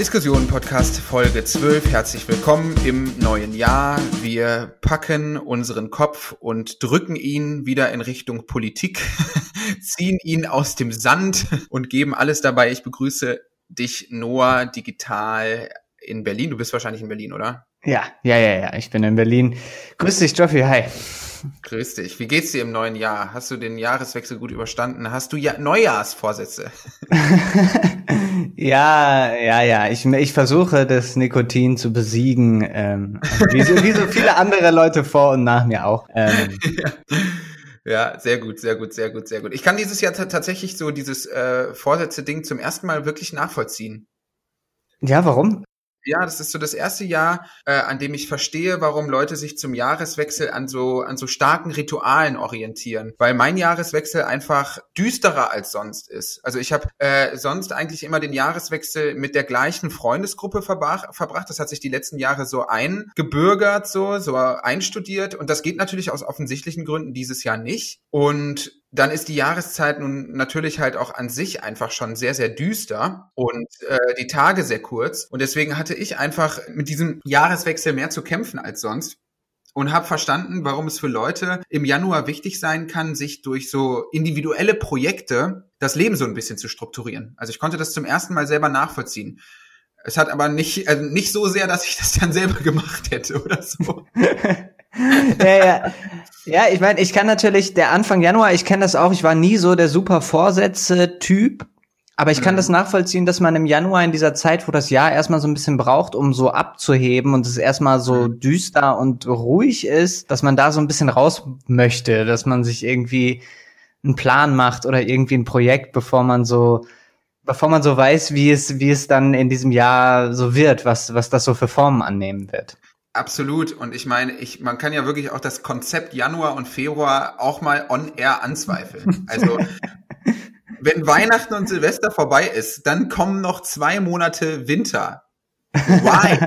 Diskussionen-Podcast Folge 12. Herzlich willkommen im neuen Jahr. Wir packen unseren Kopf und drücken ihn wieder in Richtung Politik, ziehen ihn aus dem Sand und geben alles dabei. Ich begrüße dich, Noah, digital in Berlin. Du bist wahrscheinlich in Berlin, oder? Ja, ich bin in Berlin. Grüß dich, Joffi, hi. Grüß dich. Wie geht's dir im neuen Jahr? Hast du den Jahreswechsel gut überstanden? Hast du ja Neujahrsvorsätze? Ja. Ich versuche, das Nikotin zu besiegen, wie so viele andere Leute vor und nach mir auch. Ja, sehr gut. Ich kann dieses Jahr tatsächlich so dieses Vorsätze-Ding zum ersten Mal wirklich nachvollziehen. Ja, warum? Ja, das ist so das erste Jahr, an dem ich verstehe, warum Leute sich zum Jahreswechsel an so starken Ritualen orientieren. Weil mein Jahreswechsel einfach düsterer als sonst ist. Also ich habe sonst eigentlich immer den Jahreswechsel mit der gleichen Freundesgruppe verbracht. Das hat sich die letzten Jahre so eingebürgert, so einstudiert. Und das geht natürlich aus offensichtlichen Gründen dieses Jahr nicht. Und dann ist die Jahreszeit nun natürlich halt auch an sich einfach schon sehr, sehr düster und die Tage sehr kurz. Und deswegen hatte ich einfach mit diesem Jahreswechsel mehr zu kämpfen als sonst und habe verstanden, warum es für Leute im Januar wichtig sein kann, sich durch so individuelle Projekte das Leben so ein bisschen zu strukturieren. Also ich konnte das zum ersten Mal selber nachvollziehen. Es hat aber nicht so sehr, dass ich das dann selber gemacht hätte oder so. Ja, ich meine, ich kann natürlich, der Anfang Januar, ich kenne das auch, ich war nie so der super Vorsätze-Typ, aber ich kann das nachvollziehen, dass man im Januar in dieser Zeit, wo das Jahr erstmal so ein bisschen braucht, um so abzuheben und es erstmal so düster und ruhig ist, dass man da so ein bisschen raus möchte, dass man sich irgendwie einen Plan macht oder irgendwie ein Projekt, bevor man so weiß, wie es dann in diesem Jahr so wird, was das so für Formen annehmen wird. Absolut. Und ich meine, man kann ja wirklich auch das Konzept Januar und Februar auch mal on air anzweifeln. Also, wenn Weihnachten und Silvester vorbei ist, dann kommen noch 2 Monate Winter. Why?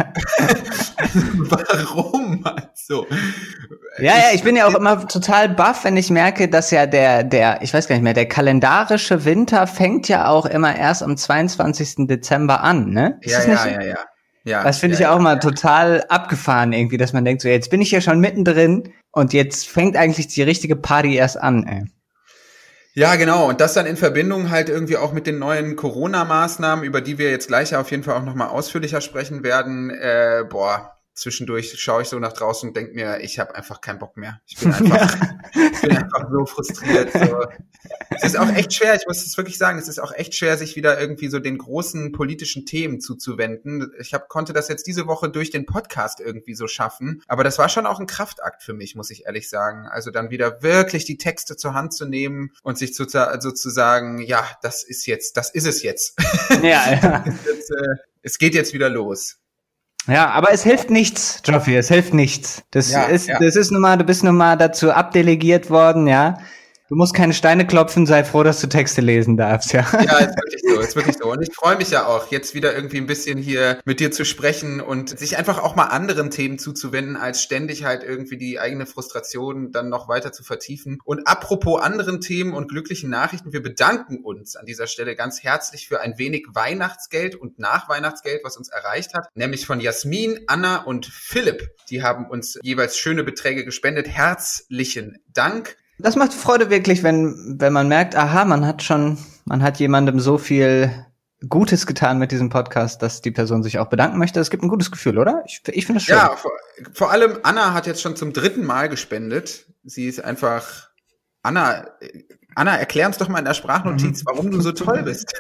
Warum? Also, ja, ich bin ja auch immer total baff, wenn ich merke, dass ja ich weiß gar nicht mehr, der kalendarische Winter fängt ja auch immer erst am 22. Dezember an, ne? Ja. Das finde ich auch mal total abgefahren irgendwie, dass man denkt, so jetzt bin ich ja schon mittendrin und jetzt fängt eigentlich die richtige Party erst an, ey. Ja, genau. Und das dann in Verbindung halt irgendwie auch mit den neuen Corona-Maßnahmen, über die wir jetzt gleich auf jeden Fall auch nochmal ausführlicher sprechen werden. Zwischendurch schaue ich so nach draußen und denke mir, ich habe einfach keinen Bock mehr. Ich bin einfach so frustriert. So. Es ist auch echt schwer, ich muss es wirklich sagen, es ist auch echt schwer, sich wieder irgendwie so den großen politischen Themen zuzuwenden. Ich konnte das jetzt diese Woche durch den Podcast irgendwie so schaffen, aber das war schon auch ein Kraftakt für mich, muss ich ehrlich sagen. Also dann wieder wirklich die Texte zur Hand zu nehmen und sich sozusagen, ja, das ist es jetzt. Ja. Es geht jetzt wieder los. Ja, aber es hilft nichts, Joffi, es hilft nichts. Das ist nun mal, du bist nun mal dazu abdelegiert worden, ja. Du musst keine Steine klopfen, sei froh, dass du Texte lesen darfst, ja. Ja, ist wirklich so. Und ich freue mich ja auch, jetzt wieder irgendwie ein bisschen hier mit dir zu sprechen und sich einfach auch mal anderen Themen zuzuwenden, als ständig halt irgendwie die eigene Frustration dann noch weiter zu vertiefen. Und apropos anderen Themen und glücklichen Nachrichten, wir bedanken uns an dieser Stelle ganz herzlich für ein wenig Weihnachtsgeld und Nachweihnachtsgeld, was uns erreicht hat, nämlich von Jasmin, Anna und Philipp. Die haben uns jeweils schöne Beträge gespendet. Herzlichen Dank. Das macht Freude wirklich, wenn man merkt, aha, man hat jemandem so viel Gutes getan mit diesem Podcast, dass die Person sich auch bedanken möchte. Es gibt ein gutes Gefühl, oder? Ich finde es schön. Ja, vor allem Anna hat jetzt schon zum 3. Mal gespendet. Sie ist einfach, Anna, erklär uns doch mal in der Sprachnotiz, warum du so toll bist.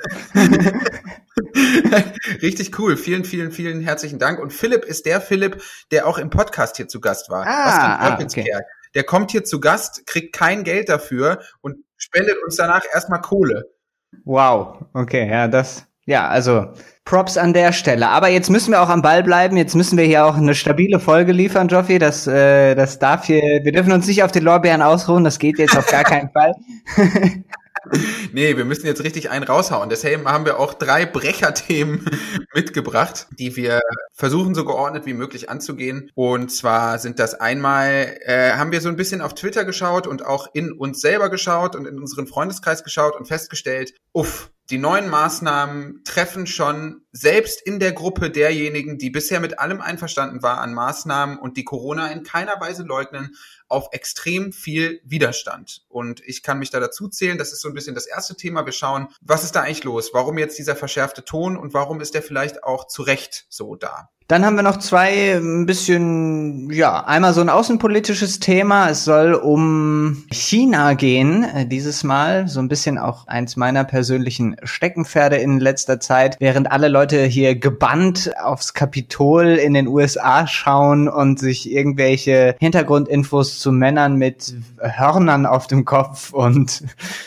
Richtig cool. Vielen, vielen, vielen herzlichen Dank. Und Philipp ist der Philipp, der auch im Podcast hier zu Gast war. Okay. Der kommt hier zu Gast, kriegt kein Geld dafür und spendet uns danach erstmal Kohle. Wow, okay, also Props an der Stelle. Aber jetzt müssen wir auch am Ball bleiben, jetzt müssen wir hier auch eine stabile Folge liefern, Joffi. Das darf hier, wir dürfen uns nicht auf den Lorbeeren ausruhen, das geht jetzt auf gar keinen Fall. Nee, wir müssen jetzt richtig einen raushauen. Deshalb haben wir auch 3 Brecherthemen mitgebracht, die wir versuchen so geordnet wie möglich anzugehen. Und zwar sind das einmal, haben wir so ein bisschen auf Twitter geschaut und auch in uns selber geschaut und in unseren Freundeskreis geschaut und festgestellt, Die neuen Maßnahmen treffen schon selbst in der Gruppe derjenigen, die bisher mit allem einverstanden war an Maßnahmen und die Corona in keiner Weise leugnen, auf extrem viel Widerstand. Und ich kann mich da dazu zählen, das ist so ein bisschen das erste Thema. Wir schauen, was ist da eigentlich los? Warum jetzt dieser verschärfte Ton und warum ist der vielleicht auch zu Recht so da? Dann haben wir noch zwei ein bisschen, einmal so ein außenpolitisches Thema. Es soll um China gehen, dieses Mal. So ein bisschen auch eins meiner persönlichen Steckenpferde in letzter Zeit. Während alle Leute hier gebannt aufs Kapitol in den USA schauen und sich irgendwelche Hintergrundinfos zu Männern mit Hörnern auf dem Kopf und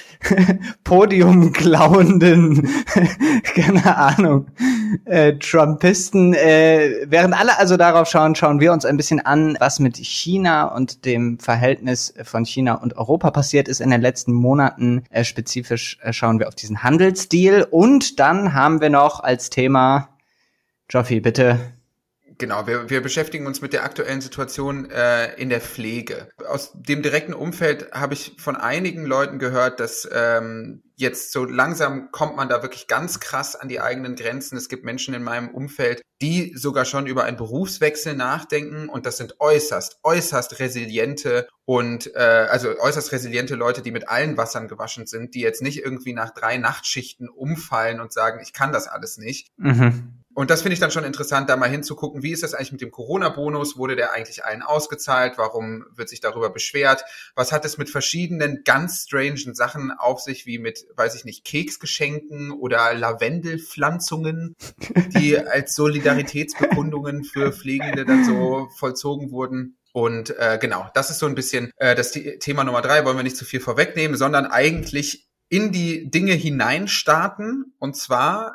Podium klauenden, keine Ahnung, Trumpisten, während alle also darauf schauen wir uns ein bisschen an, was mit China und dem Verhältnis von China und Europa passiert ist in den letzten Monaten. Spezifisch schauen wir auf diesen Handelsdeal und dann haben wir noch als Thema, Joffi, bitte. Genau, wir beschäftigen uns mit der aktuellen Situation in der Pflege. Aus dem direkten Umfeld habe ich von einigen Leuten gehört, dass jetzt so langsam kommt man da wirklich ganz krass an die eigenen Grenzen. Es gibt Menschen in meinem Umfeld, die sogar schon über einen Berufswechsel nachdenken und das sind äußerst resiliente und also äußerst resiliente Leute, die mit allen Wassern gewaschen sind, die jetzt nicht irgendwie nach 3 Nachtschichten umfallen und sagen, ich kann das alles nicht. Mhm. Und das finde ich dann schon interessant, da mal hinzugucken, wie ist das eigentlich mit dem Corona-Bonus? Wurde der eigentlich allen ausgezahlt? Warum wird sich darüber beschwert? Was hat es mit verschiedenen ganz strangen Sachen auf sich, wie mit, weiß ich nicht, Keksgeschenken oder Lavendelpflanzungen, die als Solidaritätsbekundungen für Pflegende dann so vollzogen wurden? Und genau, das ist so ein bisschen das Thema Nummer 3, wollen wir nicht zu viel vorwegnehmen, sondern eigentlich in die Dinge hineinstarten, und zwar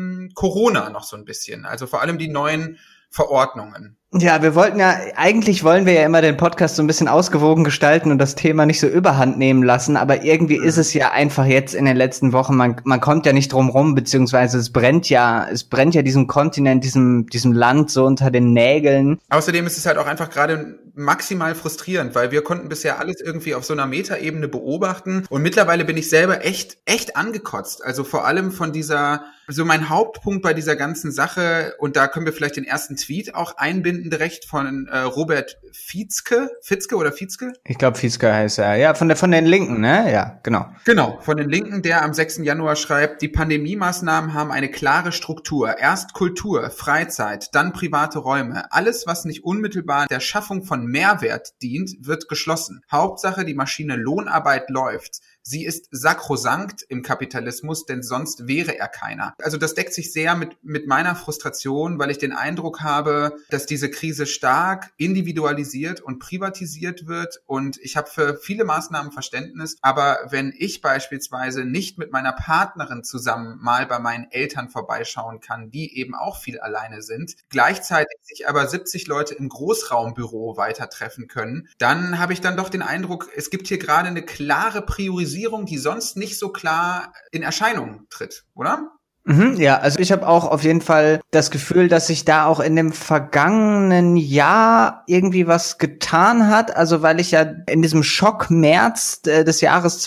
Corona noch so ein bisschen, also vor allem die neuen Verordnungen. Ja, eigentlich wollen wir ja immer den Podcast so ein bisschen ausgewogen gestalten und das Thema nicht so überhand nehmen lassen, aber irgendwie ist es ja einfach jetzt in den letzten Wochen, man kommt ja nicht drum rum, beziehungsweise es brennt ja diesem Kontinent, diesem Land so unter den Nägeln. Außerdem ist es halt auch einfach gerade maximal frustrierend, weil wir konnten bisher alles irgendwie auf so einer Metaebene beobachten und mittlerweile bin ich selber echt angekotzt, also vor allem von so mein Hauptpunkt bei dieser ganzen Sache, und da können wir vielleicht den ersten Tweet auch einbinden, direkt von Robert Fitzke oder Fitzke? Ich glaube, Fitzke heißt er. Ja, von den Linken, ne? Ja, genau. Genau, von den Linken, der am 6. Januar schreibt, die Pandemie-Maßnahmen haben eine klare Struktur. Erst Kultur, Freizeit, dann private Räume. Alles, was nicht unmittelbar der Schaffung von Mehrwert dient, wird geschlossen. Hauptsache, die Maschine Lohnarbeit läuft. Sie ist sakrosankt im Kapitalismus, denn sonst wäre er keiner. Also das deckt sich sehr mit meiner Frustration, weil ich den Eindruck habe, dass diese Krise stark individualisiert und privatisiert wird. Und ich habe für viele Maßnahmen Verständnis. Aber wenn ich beispielsweise nicht mit meiner Partnerin zusammen mal bei meinen Eltern vorbeischauen kann, die eben auch viel alleine sind, gleichzeitig sich aber 70 Leute im Großraumbüro weiter treffen können, dann habe ich dann doch den Eindruck, es gibt hier gerade eine klare Priorisierung, die sonst nicht so klar in Erscheinung tritt, oder? Ja, also ich habe auch auf jeden Fall das Gefühl, dass sich da auch in dem vergangenen Jahr irgendwie was getan hat. Also weil ich ja in diesem Schock März des Jahres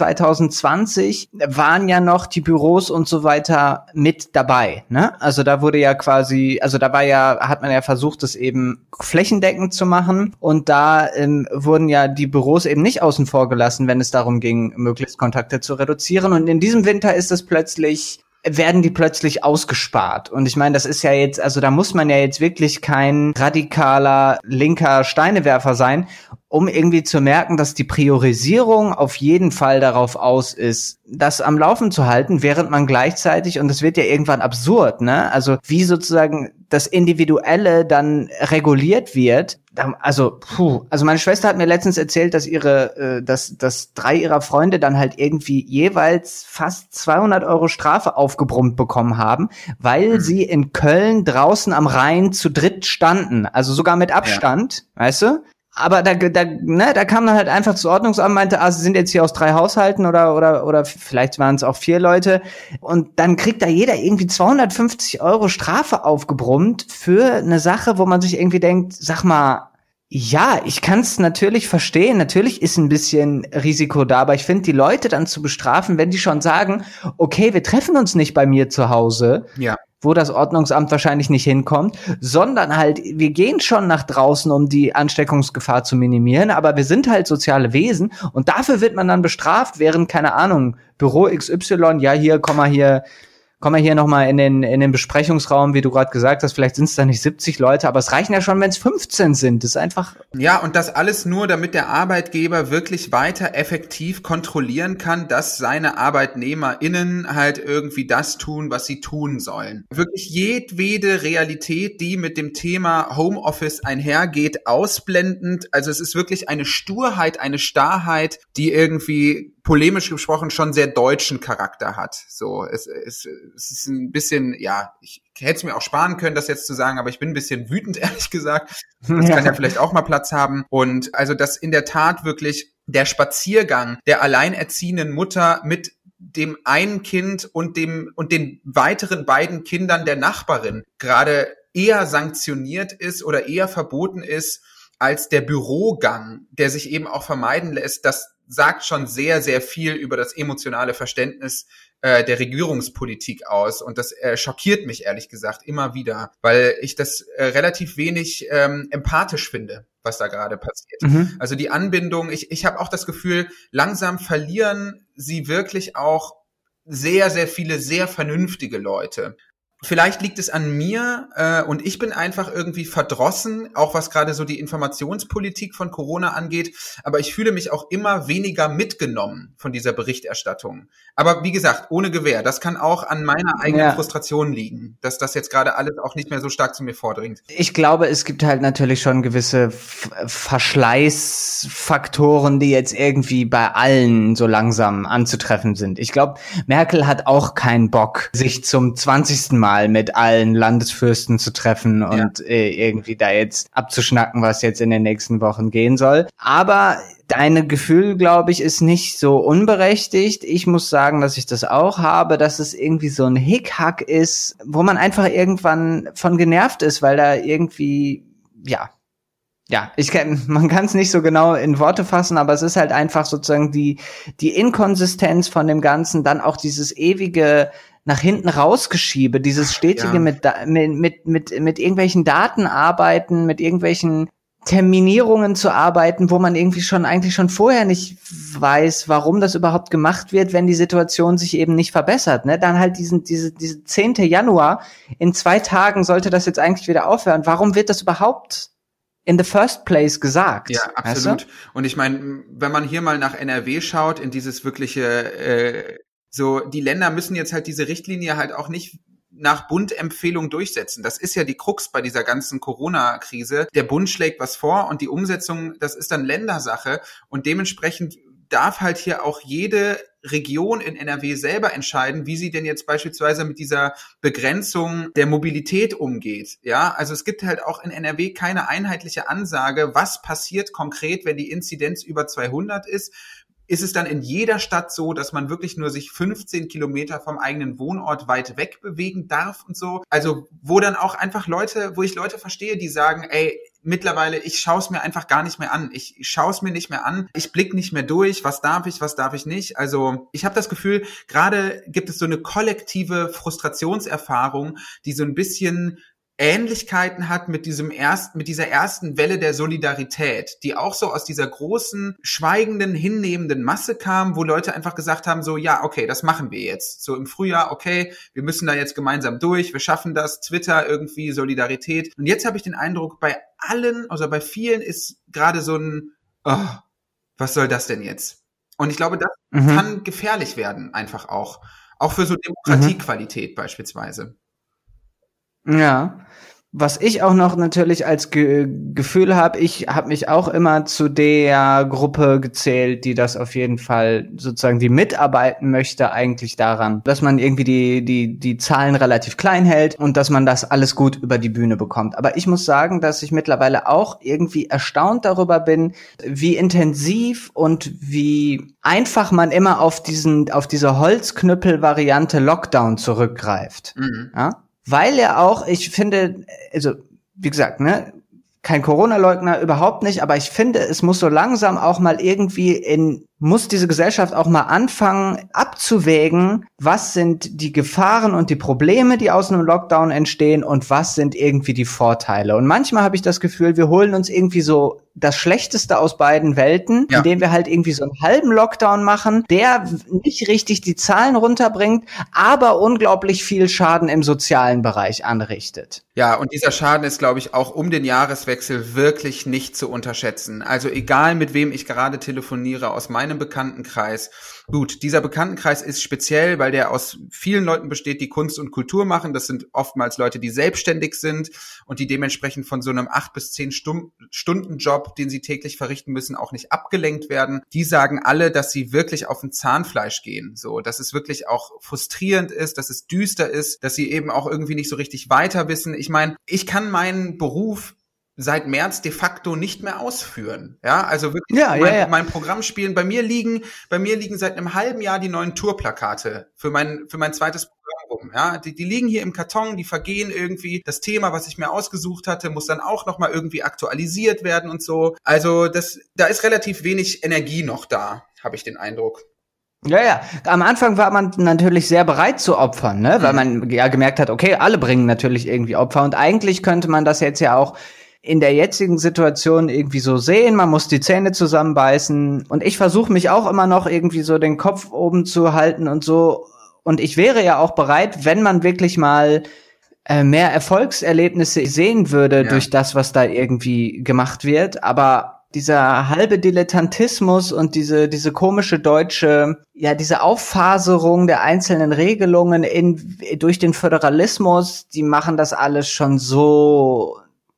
2020 waren ja noch die Büros und so weiter mit dabei, ne? Also da wurde ja quasi, also da hat man ja versucht, das eben flächendeckend zu machen und da wurden ja die Büros eben nicht außen vor gelassen, wenn es darum ging, möglichst Kontakte zu reduzieren. Und in diesem Winter werden die plötzlich ausgespart. Und ich meine, das ist ja jetzt, also da muss man ja jetzt wirklich kein radikaler linker Steinewerfer sein, um irgendwie zu merken, dass die Priorisierung auf jeden Fall darauf aus ist, das am Laufen zu halten, während man gleichzeitig, und das wird ja irgendwann absurd, ne? Also wie sozusagen das Individuelle dann reguliert wird. Also meine Schwester hat mir letztens erzählt, dass dass 3 ihrer Freunde dann halt irgendwie jeweils fast 200 € Strafe aufgebrummt bekommen haben, weil sie in Köln draußen am Rhein zu dritt standen, also sogar mit Abstand, weißt du? Aber da kam dann halt einfach das Ordnungsamt, meinte, sie sind jetzt hier aus 3 Haushalten oder vielleicht waren es auch 4 Leute. Und dann kriegt da jeder irgendwie 250 € Strafe aufgebrummt für eine Sache, wo man sich irgendwie denkt, sag mal, Ja, ich kann es natürlich verstehen. Natürlich ist ein bisschen Risiko da, aber ich finde, die Leute dann zu bestrafen, wenn die schon sagen, okay, wir treffen uns nicht bei mir zu Hause, Ja. wo das Ordnungsamt wahrscheinlich nicht hinkommt, sondern halt, wir gehen schon nach draußen, um die Ansteckungsgefahr zu minimieren, aber wir sind halt soziale Wesen und dafür wird man dann bestraft, während, keine Ahnung, Büro XY, ja, hier, komm mal hier nochmal in den Besprechungsraum, wie du gerade gesagt hast, vielleicht sind es da nicht 70 Leute, aber es reichen ja schon, wenn es 15 sind. Das ist einfach... Ja, und das alles nur, damit der Arbeitgeber wirklich weiter effektiv kontrollieren kann, dass seine ArbeitnehmerInnen halt irgendwie das tun, was sie tun sollen. Wirklich jedwede Realität, die mit dem Thema Homeoffice einhergeht, ausblendend. Also es ist wirklich eine Sturheit, eine Starrheit, die irgendwie polemisch gesprochen schon sehr deutschen Charakter hat. So, es ist ein bisschen, ja, ich hätte es mir auch sparen können, das jetzt zu sagen, aber ich bin ein bisschen wütend, ehrlich gesagt. Das kann ja vielleicht auch mal Platz haben. Und also, dass in der Tat wirklich der Spaziergang der alleinerziehenden Mutter mit dem einen Kind und den weiteren beiden Kindern der Nachbarin gerade eher sanktioniert ist oder eher verboten ist als der Bürogang, der sich eben auch vermeiden lässt, das sagt schon sehr, sehr viel über das emotionale Verständnis der Regierungspolitik aus. Und das schockiert mich ehrlich gesagt immer wieder, weil ich das relativ wenig empathisch finde, was da gerade passiert. Mhm. Also die Anbindung, ich habe auch das Gefühl, langsam verlieren sie wirklich auch sehr, sehr viele sehr vernünftige Leute. Vielleicht liegt es an mir und ich bin einfach irgendwie verdrossen, auch was gerade so die Informationspolitik von Corona angeht. Aber ich fühle mich auch immer weniger mitgenommen von dieser Berichterstattung. Aber wie gesagt, ohne Gewähr. Das kann auch an meiner eigenen Frustration liegen, dass das jetzt gerade alles auch nicht mehr so stark zu mir vordringt. Ich glaube, es gibt halt natürlich schon gewisse Verschleißfaktoren, die jetzt irgendwie bei allen so langsam anzutreffen sind. Ich glaube, Merkel hat auch keinen Bock, sich zum 20. Mal mit allen Landesfürsten zu treffen und irgendwie da jetzt abzuschnacken, was jetzt in den nächsten Wochen gehen soll. Aber deine Gefühl, glaube ich, ist nicht so unberechtigt. Ich muss sagen, dass ich das auch habe, dass es irgendwie so ein Hickhack ist, wo man einfach irgendwann von genervt ist, weil da irgendwie, man kann es nicht so genau in Worte fassen, aber es ist halt einfach sozusagen die Inkonsistenz von dem Ganzen, dann auch dieses ewige nach hinten rausgeschiebe, dieses stetige mit irgendwelchen Daten arbeiten, mit irgendwelchen Terminierungen zu arbeiten, wo man eigentlich schon vorher nicht weiß, warum das überhaupt gemacht wird, wenn die Situation sich eben nicht verbessert, ne? Dann halt diese 10. Januar, in 2 Tagen sollte das jetzt eigentlich wieder aufhören. Warum wird das überhaupt in the first place gesagt? Ja, absolut. Weißt du? Und ich meine, wenn man hier mal nach NRW schaut, in dieses wirkliche so, die Länder müssen jetzt halt diese Richtlinie halt auch nicht nach Bund-Empfehlung durchsetzen. Das ist ja die Krux bei dieser ganzen Corona-Krise. Der Bund schlägt was vor und die Umsetzung, das ist dann Ländersache. Und dementsprechend darf halt hier auch jede Region in NRW selber entscheiden, wie sie denn jetzt beispielsweise mit dieser Begrenzung der Mobilität umgeht. Ja, also es gibt halt auch in NRW keine einheitliche Ansage, was passiert konkret, wenn die Inzidenz über 200 ist. Ist es dann in jeder Stadt so, dass man wirklich nur sich 15 Kilometer vom eigenen Wohnort weit weg bewegen darf und so? Also wo dann auch einfach wo ich Leute verstehe, die sagen, ey, mittlerweile, ich schaue es mir einfach gar nicht mehr an. Ich schaue es mir nicht mehr an. Ich blicke nicht mehr durch. Was darf ich nicht? Also ich habe das Gefühl, gerade gibt es so eine kollektive Frustrationserfahrung, die so ein bisschen Ähnlichkeiten hat mit dieser ersten Welle der Solidarität, die auch so aus dieser großen, schweigenden, hinnehmenden Masse kam, wo Leute einfach gesagt haben, so, ja, okay, das machen wir jetzt. So im Frühjahr, okay, wir müssen da jetzt gemeinsam durch, wir schaffen das, Twitter irgendwie, Solidarität. Und jetzt habe ich den Eindruck, bei allen, also bei vielen ist gerade so ein, was soll das denn jetzt? Und ich glaube, das kann gefährlich werden, einfach auch für so Demokratiequalität beispielsweise. Ja, was ich auch noch natürlich als Gefühl habe, ich habe mich auch immer zu der Gruppe gezählt, die das auf jeden Fall sozusagen, die mitarbeiten möchte eigentlich daran, dass man irgendwie die Zahlen relativ klein hält und dass man das alles gut über die Bühne bekommt. Aber ich muss sagen, dass ich mittlerweile auch irgendwie erstaunt darüber bin, wie intensiv und wie einfach man immer auf diese Holzknüppel-Variante Lockdown zurückgreift. Mhm. Ja? Weil ja auch, ich finde, also wie gesagt, ne, kein Corona-Leugner, überhaupt nicht, aber ich finde, es muss so langsam auch mal irgendwie muss diese Gesellschaft auch mal anfangen abzuwägen, was sind die Gefahren und die Probleme, die aus einem Lockdown entstehen und was sind irgendwie die Vorteile. Und manchmal habe ich das Gefühl, wir holen uns irgendwie so das Schlechteste aus beiden Welten, indem wir halt irgendwie so einen halben Lockdown machen, der nicht richtig die Zahlen runterbringt, aber unglaublich viel Schaden im sozialen Bereich anrichtet. Ja, und dieser Schaden ist, glaube ich, auch um den Jahreswechsel wirklich nicht zu unterschätzen. Also egal, mit wem ich gerade telefoniere, aus meinem Bekanntenkreis. Gut, dieser Bekanntenkreis ist speziell, weil der aus vielen Leuten besteht, die Kunst und Kultur machen. Das sind oftmals Leute, die selbstständig sind und die dementsprechend von so einem 8 bis 10 Stunden Job, den sie täglich verrichten müssen, auch nicht abgelenkt werden. Die sagen alle, dass sie wirklich auf ein Zahnfleisch gehen. So, dass es wirklich auch frustrierend ist, dass es düster ist, dass sie eben auch irgendwie nicht so richtig weiter wissen. Ich meine, ich kann meinen Beruf seit März de facto nicht mehr ausführen. Ja, also wirklich mein Programm spielen. Bei mir liegen seit einem halben Jahr die neuen Tourplakate für mein zweites Programm rum. Ja, die liegen hier im Karton, die vergehen irgendwie. Das Thema, was ich mir ausgesucht hatte, muss dann auch nochmal irgendwie aktualisiert werden und so. Also da ist relativ wenig Energie noch da, habe ich den Eindruck. Ja. Am Anfang war man natürlich sehr bereit zu opfern, ne? Weil man ja gemerkt hat, okay, alle bringen natürlich irgendwie Opfer und eigentlich könnte man das jetzt ja auch in der jetzigen Situation irgendwie so sehen, man muss die Zähne zusammenbeißen und ich versuche mich auch immer noch irgendwie so den Kopf oben zu halten und so und ich wäre ja auch bereit, wenn man wirklich mal mehr Erfolgserlebnisse sehen würde durch das, was da irgendwie gemacht wird, aber dieser halbe Dilettantismus und diese komische deutsche, diese Auffaserung der einzelnen Regelungen durch den Föderalismus, die machen das alles schon so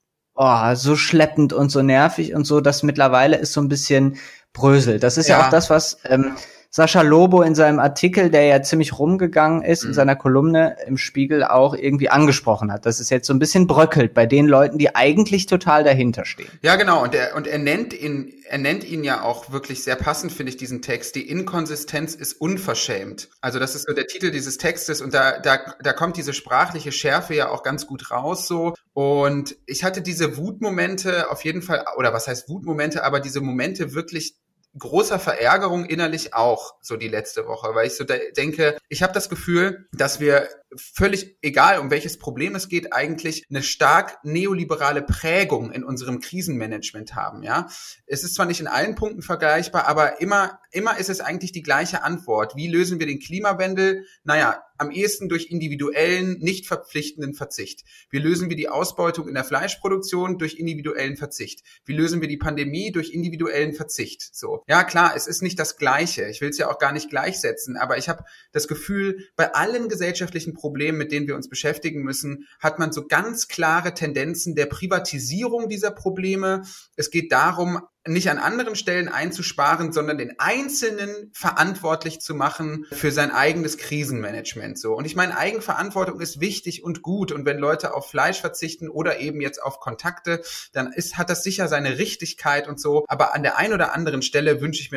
schleppend und so nervig und so, dass mittlerweile ist so ein bisschen Brösel. Das ist ja auch das, was Sascha Lobo in seinem Artikel, der ja ziemlich rumgegangen ist, in seiner Kolumne im Spiegel auch irgendwie angesprochen hat, dass es jetzt so ein bisschen bröckelt bei den Leuten, die eigentlich total dahinter stehen. Ja, genau. Und er nennt ihn ja auch wirklich sehr passend, finde ich, diesen Text. Die Inkonsistenz ist unverschämt. Also das ist so der Titel dieses Textes und da kommt diese sprachliche Schärfe ja auch ganz gut raus so. Und ich hatte diese Wutmomente auf jeden Fall, oder was heißt Wutmomente, aber diese Momente wirklich großer Verärgerung innerlich auch, so die letzte Woche, weil ich so denke, ich habe das Gefühl, dass wir völlig egal, um welches Problem es geht, eigentlich eine stark neoliberale Prägung in unserem Krisenmanagement haben, ja. Es ist zwar nicht in allen Punkten vergleichbar, aber immer ist es eigentlich die gleiche Antwort. Wie lösen wir den Klimawandel? Naja, am ehesten durch individuellen, nicht verpflichtenden Verzicht. Wie lösen wir die Ausbeutung in der Fleischproduktion? Durch individuellen Verzicht. Wie lösen wir die Pandemie? Durch individuellen Verzicht. So. Ja, klar, es ist nicht das Gleiche. Ich will es ja auch gar nicht gleichsetzen, aber ich habe das Gefühl, bei allen gesellschaftlichen Problemen, mit denen wir uns beschäftigen müssen, hat man so ganz klare Tendenzen der Privatisierung dieser Probleme. Es geht darum, nicht an anderen Stellen einzusparen, sondern den Einzelnen verantwortlich zu machen für sein eigenes Krisenmanagement. So. Und ich meine, Eigenverantwortung ist wichtig und gut. Und wenn Leute auf Fleisch verzichten oder eben jetzt auf Kontakte, dann hat das sicher seine Richtigkeit und so. Aber an der einen oder anderen Stelle wünsche ich mir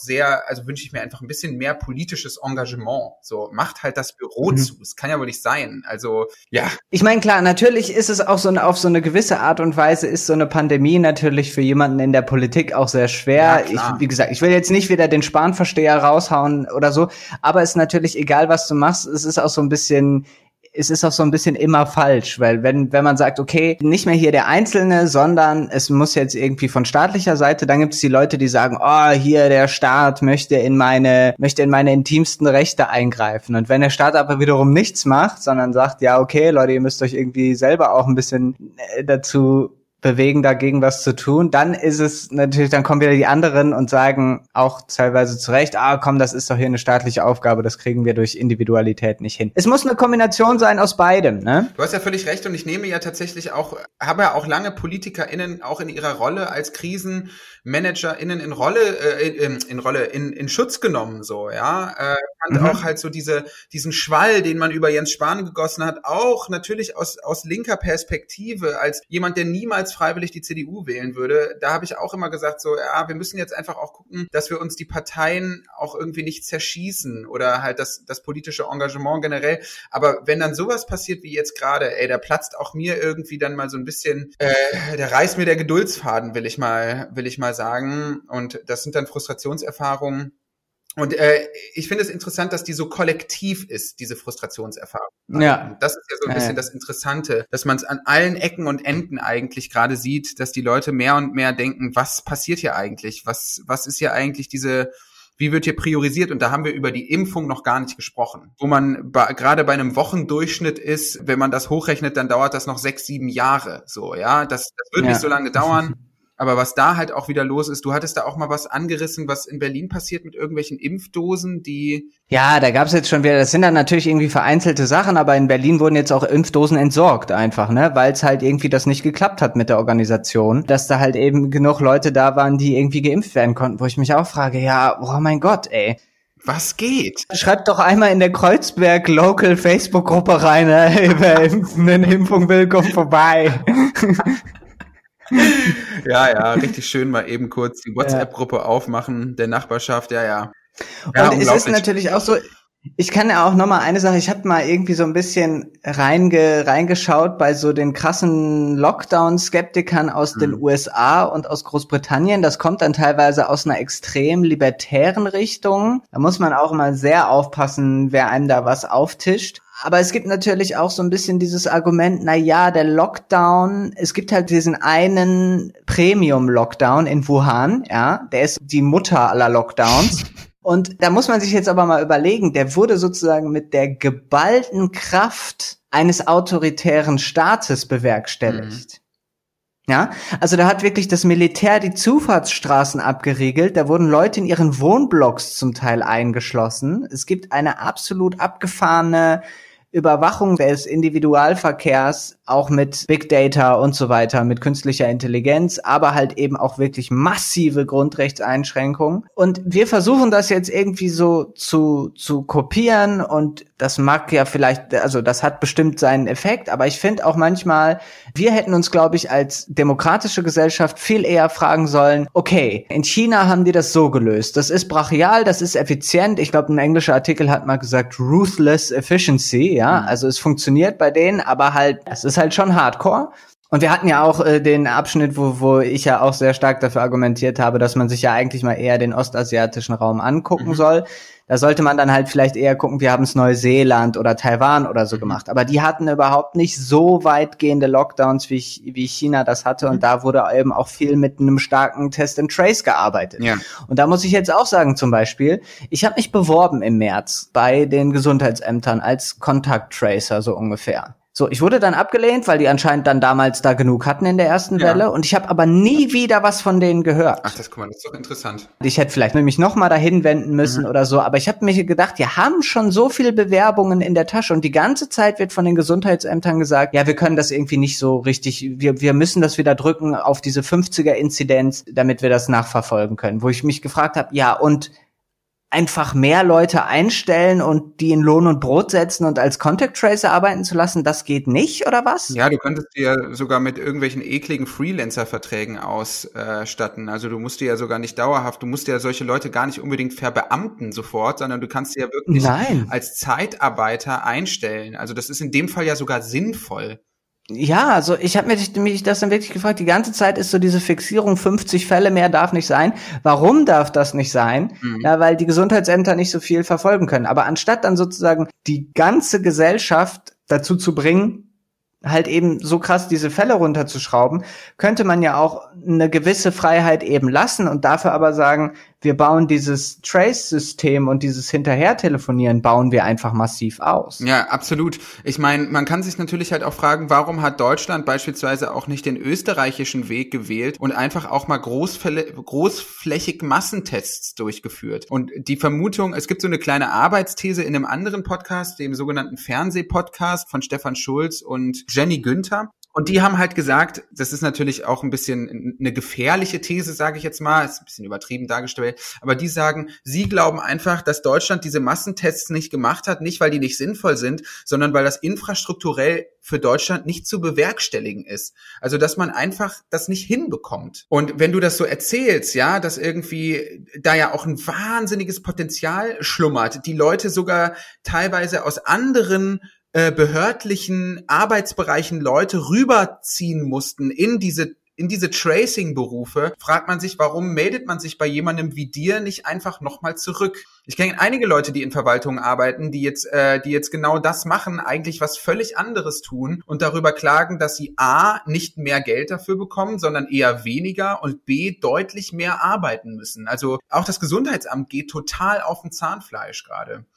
einfach ein bisschen mehr politisches Engagement. So, macht halt das Büro zu. Das kann ja wohl nicht sein. Also, ja. Ich meine, klar, natürlich ist es auch auf so eine gewisse Art und Weise ist so eine Pandemie natürlich für jemanden in der Politik auch sehr schwer. Ja, wie gesagt, ich will jetzt nicht wieder den Spanversteher raushauen oder so, aber es ist natürlich egal, was du machst, es ist auch so ein bisschen immer falsch, weil wenn man sagt, okay, nicht mehr hier der Einzelne, sondern es muss jetzt irgendwie von staatlicher Seite, dann gibt es die Leute, die sagen, hier der Staat möchte in meine intimsten Rechte eingreifen. Und wenn der Staat aber wiederum nichts macht, sondern sagt, ja, okay, Leute, ihr müsst euch irgendwie selber auch ein bisschen dazu bewegen, dagegen was zu tun, dann ist es natürlich, dann kommen wieder die anderen und sagen auch teilweise zu Recht, komm, das ist doch hier eine staatliche Aufgabe, das kriegen wir durch Individualität nicht hin. Es muss eine Kombination sein aus beidem, ne? Du hast ja völlig recht und ich nehme ja tatsächlich habe ja auch lange PolitikerInnen auch in ihrer Rolle als Krisenmanager ManagerInnen in Schutz genommen, so, ja. Fand auch halt so diesen Schwall, den man über Jens Spahn gegossen hat, auch natürlich aus linker Perspektive, als jemand, der niemals freiwillig die CDU wählen würde. Da habe ich auch immer gesagt, so, ja, wir müssen jetzt einfach auch gucken, dass wir uns die Parteien auch irgendwie nicht zerschießen oder halt das politische Engagement generell. Aber wenn dann sowas passiert wie jetzt gerade, da platzt auch mir irgendwie dann mal so ein bisschen, da reißt mir der Geduldsfaden, will ich mal sagen. Und das sind dann Frustrationserfahrungen. Und ich finde es interessant, dass die so kollektiv ist, diese Frustrationserfahrung. Ja. Das ist ja so ein bisschen das Interessante, dass man es an allen Ecken und Enden eigentlich gerade sieht, dass die Leute mehr und mehr denken, was passiert hier eigentlich? Was ist hier eigentlich wie wird hier priorisiert? Und da haben wir über die Impfung noch gar nicht gesprochen. Wo man gerade bei einem Wochendurchschnitt ist, wenn man das hochrechnet, dann dauert das noch 6-7 Jahre. So, ja, das wird nicht so lange dauern. Aber was da halt auch wieder los ist, du hattest da auch mal was angerissen, was in Berlin passiert mit irgendwelchen Impfdosen, die... Ja, da gab's jetzt schon wieder, das sind dann natürlich irgendwie vereinzelte Sachen, aber in Berlin wurden jetzt auch Impfdosen entsorgt einfach, ne, weil es halt irgendwie das nicht geklappt hat mit der Organisation, dass da halt eben genug Leute da waren, die irgendwie geimpft werden konnten, wo ich mich auch frage, ja, oh mein Gott, ey. Was geht? Schreibt doch einmal in der Kreuzberg Local Facebook-Gruppe rein, wer eine Impfung will, kommt vorbei. Ja, richtig schön mal eben kurz die WhatsApp-Gruppe aufmachen, der Nachbarschaft, ja. Und es ist natürlich auch so, ich kann ja auch nochmal eine Sache, ich habe mal irgendwie so ein bisschen reingeschaut bei so den krassen Lockdown-Skeptikern aus den USA und aus Großbritannien. Das kommt dann teilweise aus einer extrem libertären Richtung. Da muss man auch immer sehr aufpassen, wer einem da was auftischt. Aber es gibt natürlich auch so ein bisschen dieses Argument, na ja, der Lockdown, es gibt halt diesen einen Premium-Lockdown in Wuhan, ja, der ist die Mutter aller Lockdowns. Und da muss man sich jetzt aber mal überlegen, der wurde sozusagen mit der geballten Kraft eines autoritären Staates bewerkstelligt. Ja, also da hat wirklich das Militär die Zufahrtsstraßen abgeriegelt, da wurden Leute in ihren Wohnblocks zum Teil eingeschlossen. Es gibt eine absolut abgefahrene Überwachung des Individualverkehrs, auch mit Big Data und so weiter, mit künstlicher Intelligenz, aber halt eben auch wirklich massive Grundrechtseinschränkungen. Und wir versuchen das jetzt irgendwie so zu kopieren und das mag ja vielleicht, also das hat bestimmt seinen Effekt, aber ich finde auch manchmal, wir hätten uns, glaube ich, als demokratische Gesellschaft viel eher fragen sollen, okay, in China haben die das so gelöst, das ist brachial, das ist effizient, ich glaube, ein englischer Artikel hat mal gesagt, ruthless efficiency, ja, also es funktioniert bei denen, aber halt, es ist halt schon Hardcore. Und wir hatten ja auch den Abschnitt, wo ich ja auch sehr stark dafür argumentiert habe, dass man sich ja eigentlich mal eher den ostasiatischen Raum angucken soll. Da sollte man dann halt vielleicht eher gucken, wir haben es Neuseeland oder Taiwan oder so gemacht. Aber die hatten überhaupt nicht so weitgehende Lockdowns, wie China das hatte. Und da wurde eben auch viel mit einem starken Test and Trace gearbeitet. Ja. Und da muss ich jetzt auch sagen, zum Beispiel, ich habe mich beworben im März bei den Gesundheitsämtern als Contact-Tracer so ungefähr. So, ich wurde dann abgelehnt, weil die anscheinend dann damals da genug hatten in der ersten Welle. Und ich habe aber nie wieder was von denen gehört. Ach, das ist doch interessant. Ich hätte vielleicht mich noch mal dahin wenden müssen oder so. Aber ich habe mir gedacht, wir haben schon so viele Bewerbungen in der Tasche. Und die ganze Zeit wird von den Gesundheitsämtern gesagt, ja, wir können das irgendwie nicht so richtig, wir müssen das wieder drücken auf diese 50er-Inzidenz, damit wir das nachverfolgen können. Wo ich mich gefragt habe, ja, und einfach mehr Leute einstellen und die in Lohn und Brot setzen und als Contact Tracer arbeiten zu lassen, das geht nicht, oder was? Ja, du könntest dir sogar mit irgendwelchen ekligen Freelancer-Verträgen ausstatten. Also du musst dir ja sogar nicht dauerhaft, du musst ja solche Leute gar nicht unbedingt verbeamten sofort, sondern du kannst sie ja wirklich als Zeitarbeiter einstellen. Also das ist in dem Fall ja sogar sinnvoll. Ja, also ich habe mich das dann wirklich gefragt, die ganze Zeit ist so diese Fixierung, 50 Fälle mehr darf nicht sein. Warum darf das nicht sein? Ja, weil die Gesundheitsämter nicht so viel verfolgen können. Aber anstatt dann sozusagen die ganze Gesellschaft dazu zu bringen, halt eben so krass diese Fälle runterzuschrauben, könnte man ja auch eine gewisse Freiheit eben lassen und dafür aber sagen, wir bauen dieses Trace-System und dieses Hinterher-Telefonieren bauen wir einfach massiv aus. Ja, absolut. Ich meine, man kann sich natürlich halt auch fragen, warum hat Deutschland beispielsweise auch nicht den österreichischen Weg gewählt und einfach auch mal großflächig Massentests durchgeführt. Und die Vermutung, es gibt so eine kleine Arbeitsthese in einem anderen Podcast, dem sogenannten Fernsehpodcast von Stefan Schulz und Jenny Günther. Und die haben halt gesagt, das ist natürlich auch ein bisschen eine gefährliche These, sage ich jetzt mal, ist ein bisschen übertrieben dargestellt, aber die sagen, sie glauben einfach, dass Deutschland diese Massentests nicht gemacht hat, nicht weil die nicht sinnvoll sind, sondern weil das infrastrukturell für Deutschland nicht zu bewerkstelligen ist. Also, dass man einfach das nicht hinbekommt. Und wenn du das so erzählst, ja, dass irgendwie da ja auch ein wahnsinniges Potenzial schlummert, die Leute sogar teilweise aus anderen behördlichen Arbeitsbereichen Leute rüberziehen mussten in diese Tracing-Berufe, fragt man sich, warum meldet man sich bei jemandem wie dir nicht einfach nochmal zurück? Ich kenne einige Leute, die in Verwaltungen arbeiten, die jetzt genau das machen, eigentlich was völlig anderes tun und darüber klagen, dass sie A, nicht mehr Geld dafür bekommen, sondern eher weniger und B, deutlich mehr arbeiten müssen. Also auch das Gesundheitsamt geht total auf dem Zahnfleisch gerade.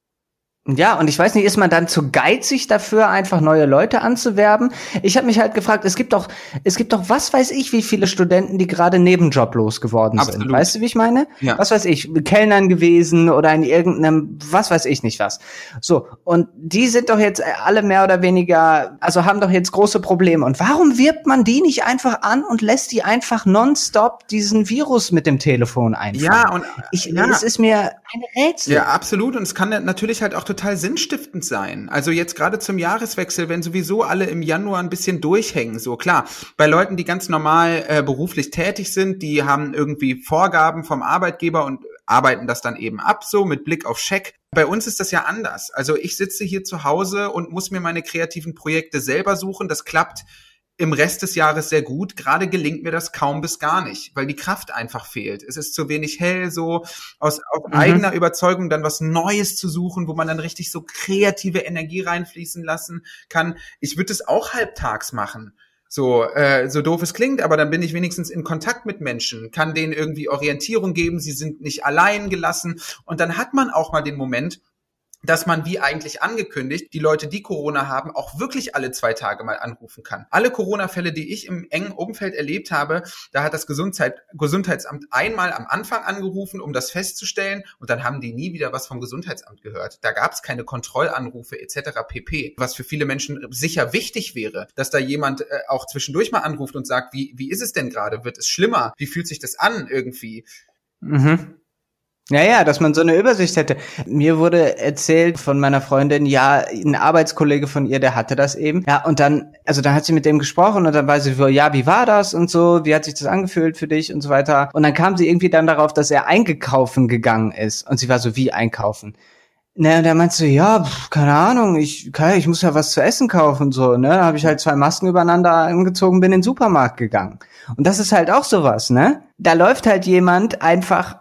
Ja, und ich weiß nicht, ist man dann zu geizig dafür, einfach neue Leute anzuwerben? Ich habe mich halt gefragt, es gibt doch, was weiß ich, wie viele Studenten, die gerade nebenjoblos geworden sind. Absolut. Weißt du, wie ich meine? Ja. Was weiß ich, Kellnern gewesen oder in irgendeinem, was weiß ich nicht was. So, und die sind doch jetzt alle mehr oder weniger, also haben doch jetzt große Probleme. Und warum wirbt man die nicht einfach an und lässt die einfach nonstop diesen Virus mit dem Telefon einfangen? Ja, und es ist mir ein Rätsel. Ja, absolut. Und es kann natürlich halt auch total sinnstiftend sein. Also jetzt gerade zum Jahreswechsel, wenn sowieso alle im Januar ein bisschen durchhängen, so klar. Bei Leuten, die ganz normal beruflich tätig sind, die haben irgendwie Vorgaben vom Arbeitgeber und arbeiten das dann eben ab, so mit Blick auf Scheck. Bei uns ist das ja anders. Also ich sitze hier zu Hause und muss mir meine kreativen Projekte selber suchen. Das klappt im Rest des Jahres sehr gut. Gerade gelingt mir das kaum bis gar nicht, weil die Kraft einfach fehlt. Es ist zu wenig hell, so aus eigener Überzeugung dann was Neues zu suchen, wo man dann richtig so kreative Energie reinfließen lassen kann. Ich würde es auch halbtags machen. So doof es klingt, aber dann bin ich wenigstens in Kontakt mit Menschen, kann denen irgendwie Orientierung geben, sie sind nicht allein gelassen und dann hat man auch mal den Moment, dass man, wie eigentlich angekündigt, die Leute, die Corona haben, auch wirklich alle 2 Tage mal anrufen kann. Alle Corona-Fälle, die ich im engen Umfeld erlebt habe, da hat das Gesundheitsamt einmal am Anfang angerufen, um das festzustellen, und dann haben die nie wieder was vom Gesundheitsamt gehört. Da gab es keine Kontrollanrufe etc. pp. Was für viele Menschen sicher wichtig wäre, dass da jemand auch zwischendurch mal anruft und sagt, wie ist es denn gerade? Wird es schlimmer? Wie fühlt sich das an irgendwie? Mhm. Ja, dass man so eine Übersicht hätte. Mir wurde erzählt von meiner Freundin, ja, ein Arbeitskollege von ihr, der hatte das eben. Ja, und dann hat sie mit dem gesprochen und dann war sie so, ja, wie war das und so, wie hat sich das angefühlt für dich und so weiter. Und dann kam sie irgendwie dann darauf, dass er eingekaufen gegangen ist. Und sie war so, wie einkaufen? Ne, und er meinte so, ja, keine Ahnung, ich muss ja was zu essen kaufen, so, ne, da habe ich halt 2 Masken übereinander angezogen, bin in den Supermarkt gegangen. Und das ist halt auch sowas, ne? Da läuft halt jemand einfach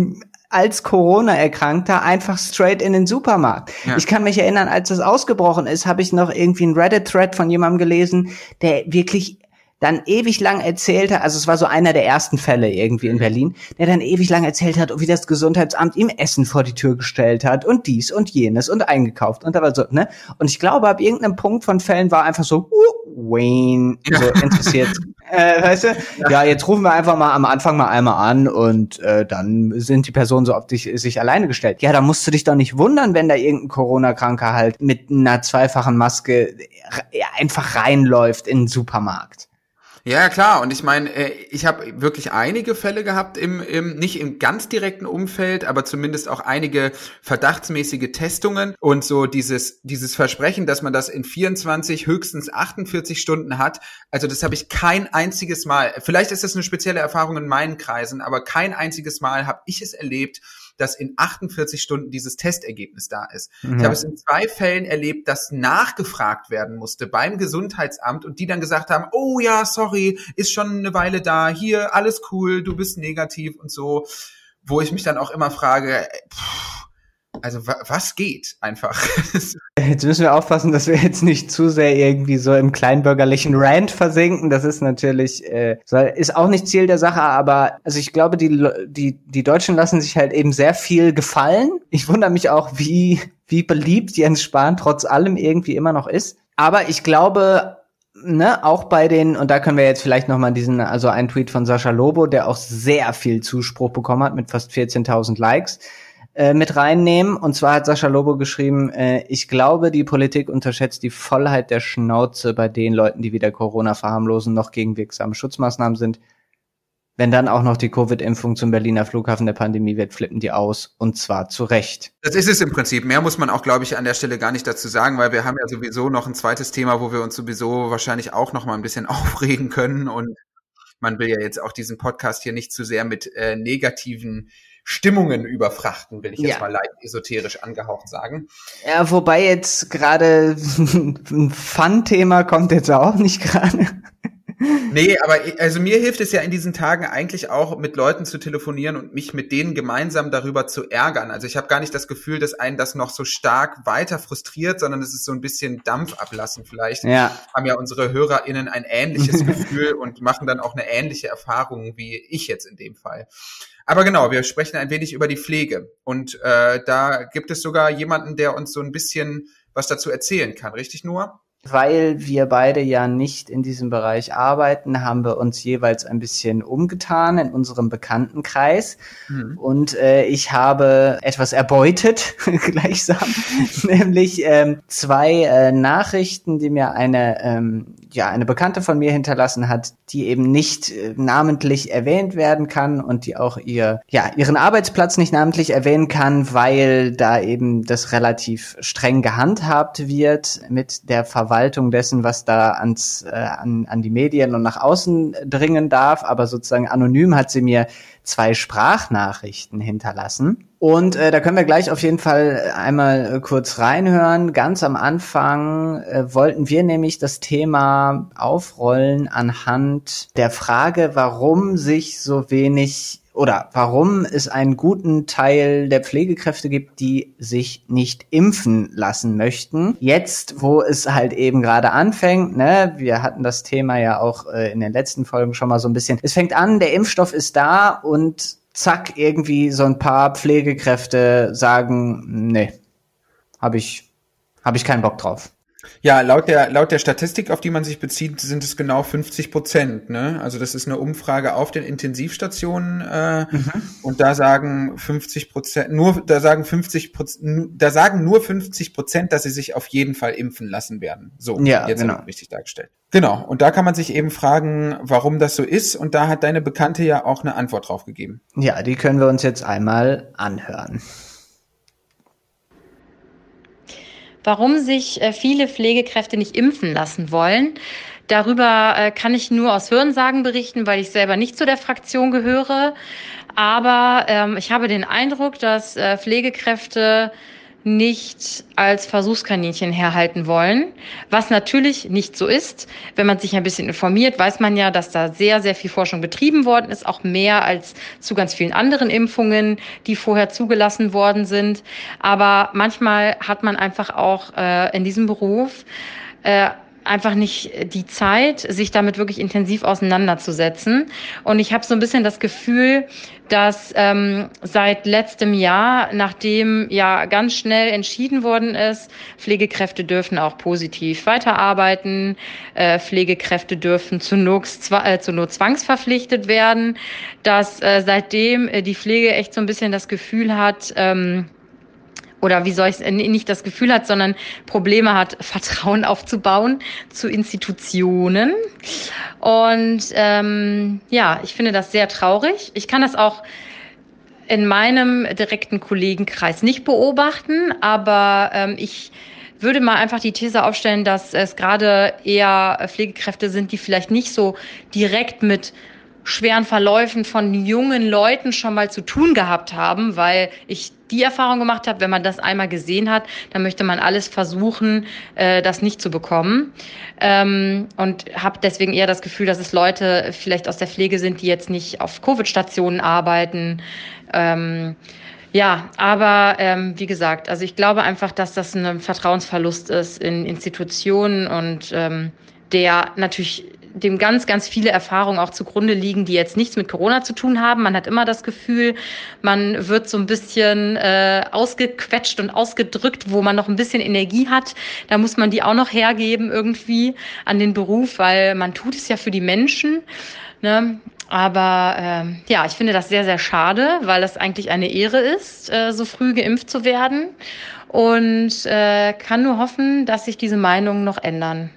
als Corona-Erkrankter einfach straight in den Supermarkt. Ja. Ich kann mich erinnern, als das ausgebrochen ist, habe ich noch irgendwie einen Reddit-Thread von jemandem gelesen, der wirklich dann ewig lang erzählt hat, also es war so einer der ersten Fälle irgendwie in Berlin, der dann ewig lang erzählt hat, wie das Gesundheitsamt ihm Essen vor die Tür gestellt hat und dies und jenes und eingekauft und aber so, ne? Und ich glaube, ab irgendeinem Punkt von Fällen war einfach so, Wayne, so interessiert. Weißt du? Ja, jetzt rufen wir einfach mal am Anfang mal einmal an und dann sind die Personen so auf sich alleine gestellt. Ja, da musst du dich doch nicht wundern, wenn da irgendein Corona-Kranker halt mit einer 2-fachen Maske einfach reinläuft in den Supermarkt. Ja, klar. Und ich meine, ich habe wirklich einige Fälle gehabt nicht im ganz direkten Umfeld, aber zumindest auch einige verdachtsmäßige Testungen und so dieses Versprechen, dass man das in 24, höchstens 48 Stunden hat. Also das habe ich kein einziges Mal, vielleicht ist das eine spezielle Erfahrung in meinen Kreisen, aber kein einziges Mal habe ich es erlebt, dass in 48 Stunden dieses Testergebnis da ist. Mhm. Ich habe es in 2 Fällen erlebt, dass nachgefragt werden musste beim Gesundheitsamt und die dann gesagt haben, oh ja, sorry, ist schon eine Weile da, hier, alles cool, du bist negativ und so, wo ich mich dann auch immer frage, also was geht einfach? Jetzt müssen wir aufpassen, dass wir jetzt nicht zu sehr irgendwie so im kleinbürgerlichen Rant versinken. Das ist natürlich, ist auch nicht Ziel der Sache, aber also ich glaube, die Deutschen lassen sich halt eben sehr viel gefallen. Ich wundere mich auch, wie beliebt Jens Spahn trotz allem irgendwie immer noch ist. Aber ich glaube, ne, auch bei den, und da können wir jetzt vielleicht nochmal einen Tweet von Sascha Lobo, der auch sehr viel Zuspruch bekommen hat mit fast 14.000 Likes. mit reinnehmen. Und zwar hat Sascha Lobo geschrieben, ich glaube, die Politik unterschätzt die Vollheit der Schnauze bei den Leuten, die weder Corona verharmlosen noch gegen wirksame Schutzmaßnahmen sind. Wenn dann auch noch die Covid-Impfung zum Berliner Flughafen der Pandemie wird, flippen die aus, und zwar zu Recht. Das ist es im Prinzip. Mehr muss man auch, glaube ich, an der Stelle gar nicht dazu sagen, weil wir haben ja sowieso noch ein zweites Thema, wo wir uns sowieso wahrscheinlich auch noch mal ein bisschen aufregen können. Und man will ja jetzt auch diesen Podcast hier nicht zu sehr mit negativen Stimmungen überfrachten, will ich jetzt mal leicht esoterisch angehaucht sagen. Ja, wobei jetzt gerade ein Fun-Thema kommt jetzt auch nicht gerade. Nee, aber also mir hilft es ja in diesen Tagen eigentlich auch, mit Leuten zu telefonieren und mich mit denen gemeinsam darüber zu ärgern. Also ich habe gar nicht das Gefühl, dass einen das noch so stark weiter frustriert, sondern es ist so ein bisschen Dampf ablassen vielleicht. Ja. Haben ja unsere HörerInnen ein ähnliches Gefühl und machen dann auch eine ähnliche Erfahrung wie ich jetzt in dem Fall. Aber genau, wir sprechen ein wenig über die Pflege. Und da gibt es sogar jemanden, der uns so ein bisschen was dazu erzählen kann. Richtig, Noah? Weil wir beide ja nicht in diesem Bereich arbeiten, haben wir uns jeweils ein bisschen umgetan in unserem Bekanntenkreis. Und ich habe etwas erbeutet, gleichsam, nämlich 2 Nachrichten, die mir eine Bekannte von mir hinterlassen hat, die eben nicht namentlich erwähnt werden kann und die auch ihren Arbeitsplatz nicht namentlich erwähnen kann, weil da eben das relativ streng gehandhabt wird mit der Verwaltung dessen, was da an die Medien und nach außen dringen darf. Aber sozusagen anonym hat sie mir 2 Sprachnachrichten hinterlassen. Und da können wir gleich auf jeden Fall einmal kurz reinhören. Ganz am Anfang wollten wir nämlich das Thema aufrollen anhand der Frage, warum sich so wenig oder warum es einen guten Teil der Pflegekräfte gibt, die sich nicht impfen lassen möchten. Jetzt, wo es halt eben gerade anfängt, ne, wir hatten das Thema ja auch in den letzten Folgen schon mal so ein bisschen. Es fängt an, der Impfstoff ist da und zack, irgendwie so ein paar Pflegekräfte sagen, nee, hab ich keinen Bock drauf. Ja, laut der Statistik, auf die man sich bezieht, sind es genau 50%, ne? Also das ist eine Umfrage auf den Intensivstationen, und da sagen 50%, nur 50%, dass sie sich auf jeden Fall impfen lassen werden. So, ja, jetzt genau. Richtig dargestellt. Genau. Und da kann man sich eben fragen, warum das so ist. Und da hat deine Bekannte ja auch eine Antwort drauf gegeben. Ja, die können wir uns jetzt einmal anhören. Warum sich viele Pflegekräfte nicht impfen lassen wollen. Darüber kann ich nur aus Hörensagen berichten, weil ich selber nicht zu der Fraktion gehöre. Aber ich habe den Eindruck, dass Pflegekräfte nicht als Versuchskaninchen herhalten wollen, was natürlich nicht so ist. Wenn man sich ein bisschen informiert, weiß man ja, dass da sehr, sehr viel Forschung betrieben worden ist, auch mehr als zu ganz vielen anderen Impfungen, die vorher zugelassen worden sind. Aber manchmal hat man einfach auch in diesem Beruf einfach nicht die Zeit, sich damit wirklich intensiv auseinanderzusetzen. Und ich habe so ein bisschen das Gefühl, dass seit letztem Jahr, nachdem ja ganz schnell entschieden worden ist, Pflegekräfte dürfen auch positiv weiterarbeiten, Pflegekräfte dürfen zur Not zwangsverpflichtet werden, dass seitdem die Pflege echt so ein bisschen das Gefühl hat, oder wie soll ich es, nicht das Gefühl hat, sondern Probleme hat, Vertrauen aufzubauen zu Institutionen. Und ich finde das sehr traurig. Ich kann das auch in meinem direkten Kollegenkreis nicht beobachten, aber ich würde mal einfach die These aufstellen, dass es gerade eher Pflegekräfte sind, die vielleicht nicht so direkt mit schweren Verläufen von jungen Leuten schon mal zu tun gehabt haben, weil ich die Erfahrung gemacht habe, wenn man das einmal gesehen hat, dann möchte man alles versuchen, das nicht zu bekommen. Und habe deswegen eher das Gefühl, dass es Leute vielleicht aus der Pflege sind, die jetzt nicht auf Covid-Stationen arbeiten. Aber wie gesagt, also ich glaube einfach, dass das ein Vertrauensverlust ist in Institutionen und der natürlich dem ganz, ganz viele Erfahrungen auch zugrunde liegen, die jetzt nichts mit Corona zu tun haben. Man hat immer das Gefühl, man wird so ein bisschen ausgequetscht und ausgedrückt, wo man noch ein bisschen Energie hat. Da muss man die auch noch hergeben irgendwie an den Beruf, weil man tut es ja für die Menschen. Ne? Aber ja, ich finde das sehr, sehr schade, weil das eigentlich eine Ehre ist, so früh geimpft zu werden. Und kann nur hoffen, dass sich diese Meinungen noch ändern.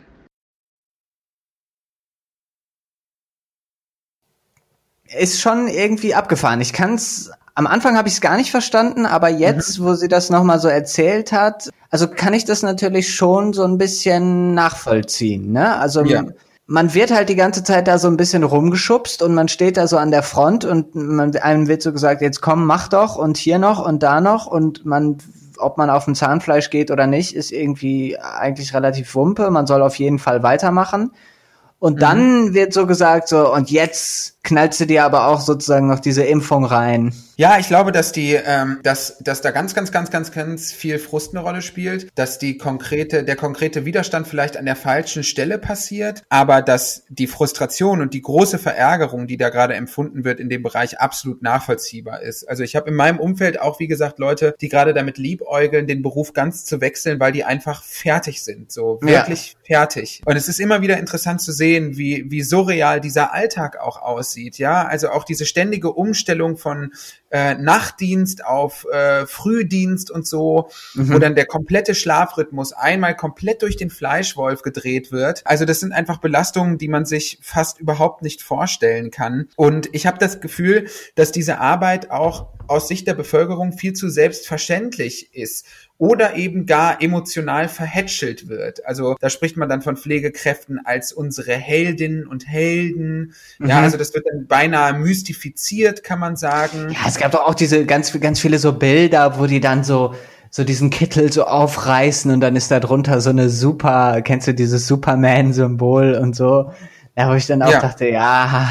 Ist schon irgendwie abgefahren. Am Anfang habe ich es gar nicht verstanden, aber jetzt, wo sie das nochmal so erzählt hat, also kann ich das natürlich schon so ein bisschen nachvollziehen, ne? Also Ja. man wird halt die ganze Zeit da so ein bisschen rumgeschubst und man steht da so an der Front und einem wird so gesagt, jetzt komm, mach doch und hier noch und da noch und ob man auf dem Zahnfleisch geht oder nicht, ist irgendwie eigentlich relativ Wumpe. Man soll auf jeden Fall weitermachen. Und dann wird so gesagt, so, und jetzt knallst du dir aber auch sozusagen noch diese Impfung rein. Ja, ich glaube, dass dass da ganz viel Frust eine Rolle spielt, dass der konkrete Widerstand vielleicht an der falschen Stelle passiert, aber dass die Frustration und die große Verärgerung, die da gerade empfunden wird, in dem Bereich absolut nachvollziehbar ist. Also ich habe in meinem Umfeld auch, wie gesagt, Leute, die gerade damit liebäugeln, den Beruf ganz zu wechseln, weil die einfach fertig sind, so wirklich fertig. Und es ist immer wieder interessant zu sehen, wie surreal dieser Alltag auch aussieht, ja, also auch diese ständige Umstellung von Nachtdienst auf Frühdienst und so, wo dann der komplette Schlafrhythmus einmal komplett durch den Fleischwolf gedreht wird. Also das sind einfach Belastungen, die man sich fast überhaupt nicht vorstellen kann. Und ich habe das Gefühl, dass diese Arbeit auch aus Sicht der Bevölkerung viel zu selbstverständlich ist oder eben gar emotional verhätschelt wird. Also da spricht man dann von Pflegekräften als unsere Heldinnen und Helden. Ja, also das wird dann beinahe mystifiziert, kann man sagen. Ja, es gab doch auch diese ganz viele so Bilder, wo die dann so diesen Kittel so aufreißen und dann ist da drunter so eine kennst du dieses Superman-Symbol und so. Da wo ich dann auch dachte, ja,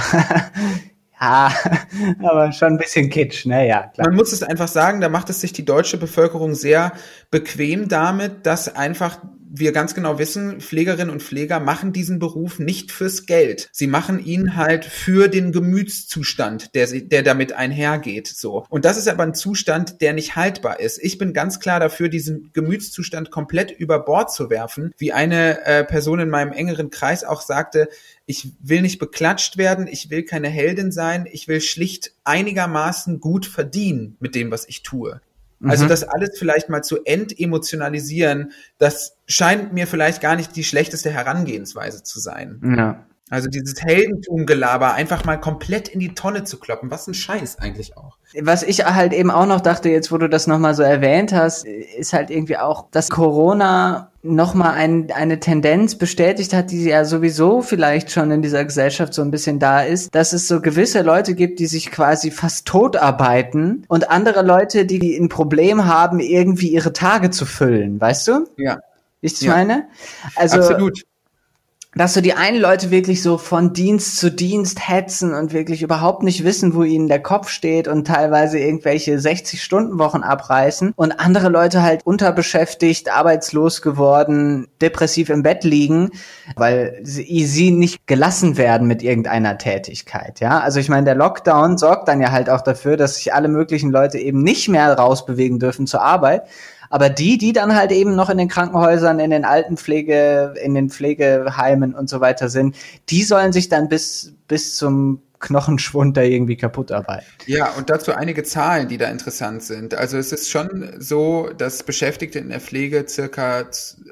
aber schon ein bisschen Kitsch, ne? Ja, klar. Man muss es einfach sagen, da macht es sich die deutsche Bevölkerung sehr bequem damit, dass einfach wir ganz genau wissen, Pflegerinnen und Pfleger machen diesen Beruf nicht fürs Geld. Sie machen ihn halt für den Gemütszustand, der damit einhergeht, so. Und das ist aber ein Zustand, der nicht haltbar ist. Ich bin ganz klar dafür, diesen Gemütszustand komplett über Bord zu werfen. Wie eine Person in meinem engeren Kreis auch sagte, ich will nicht beklatscht werden, ich will keine Heldin sein, ich will schlicht einigermaßen gut verdienen mit dem, was ich tue. Also das alles vielleicht mal zu entemotionalisieren, das scheint mir vielleicht gar nicht die schlechteste Herangehensweise zu sein. Ja. Also dieses Heldentum-Gelaber einfach mal komplett in die Tonne zu kloppen, was ein Scheiß eigentlich auch. Was ich halt eben auch noch dachte, jetzt wo du das nochmal so erwähnt hast, ist halt irgendwie auch, dass Corona nochmal eine Tendenz bestätigt hat, die ja sowieso vielleicht schon in dieser Gesellschaft so ein bisschen da ist, dass es so gewisse Leute gibt, die sich quasi fast tot arbeiten und andere Leute, die ein Problem haben, irgendwie ihre Tage zu füllen, weißt du? Ja. Wie ich das meine? Also, absolut. Dass so die einen Leute wirklich so von Dienst zu Dienst hetzen und wirklich überhaupt nicht wissen, wo ihnen der Kopf steht und teilweise irgendwelche 60-Stunden-Wochen abreißen und andere Leute halt unterbeschäftigt, arbeitslos geworden, depressiv im Bett liegen, weil sie nicht gelassen werden mit irgendeiner Tätigkeit, ja. Also ich meine, der Lockdown sorgt dann ja halt auch dafür, dass sich alle möglichen Leute eben nicht mehr rausbewegen dürfen zur Arbeit. Aber die dann halt eben noch in den Krankenhäusern, in den Altenpflege, in den Pflegeheimen und so weiter sind, die sollen sich dann bis zum Knochenschwund da irgendwie kaputt arbeiten. Ja, und dazu einige Zahlen, die da interessant sind. Also es ist schon so, dass Beschäftigte in der Pflege circa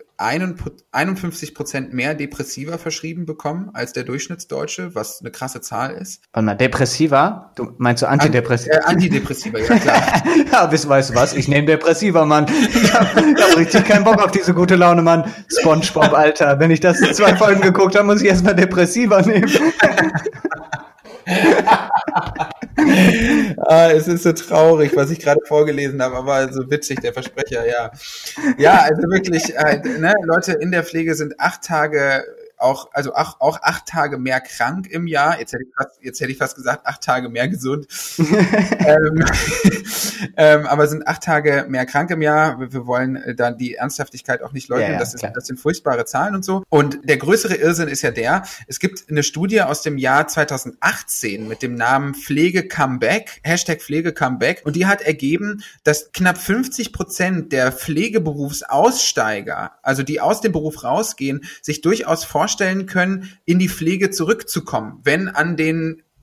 51% mehr Depressiva verschrieben bekommen als der Durchschnittsdeutsche, was eine krasse Zahl ist. Warte mal, Depressiva? Du meinst du Antidepressiva? Antidepressiva, ja klar. Ja, weißt du was? Ich nehme Depressiva, Mann. Ich hab richtig keinen Bock auf diese gute Laune, Mann. SpongeBob, Alter. Wenn ich das 2 Folgen geguckt habe, muss ich erstmal Depressiva nehmen. Es ist so traurig, was ich gerade vorgelesen habe, aber so witzig, der Versprecher, ja. Ja, also wirklich, Leute in der Pflege sind 8 Tage auch 8 Tage mehr krank im Jahr. Jetzt hätte ich fast gesagt, 8 Tage mehr gesund. Aber sind 8 Tage mehr krank im Jahr. Wir wollen dann die Ernsthaftigkeit auch nicht leugnen. Ja, das sind furchtbare Zahlen und so. Und der größere Irrsinn ist ja es gibt eine Studie aus dem Jahr 2018 mit dem Namen Pflege Comeback, Pflege Comeback. Und die hat ergeben, dass knapp 50% der Pflegeberufsaussteiger, also die aus dem Beruf rausgehen, sich durchaus vorstellen können, in die Pflege zurückzukommen, wenn an den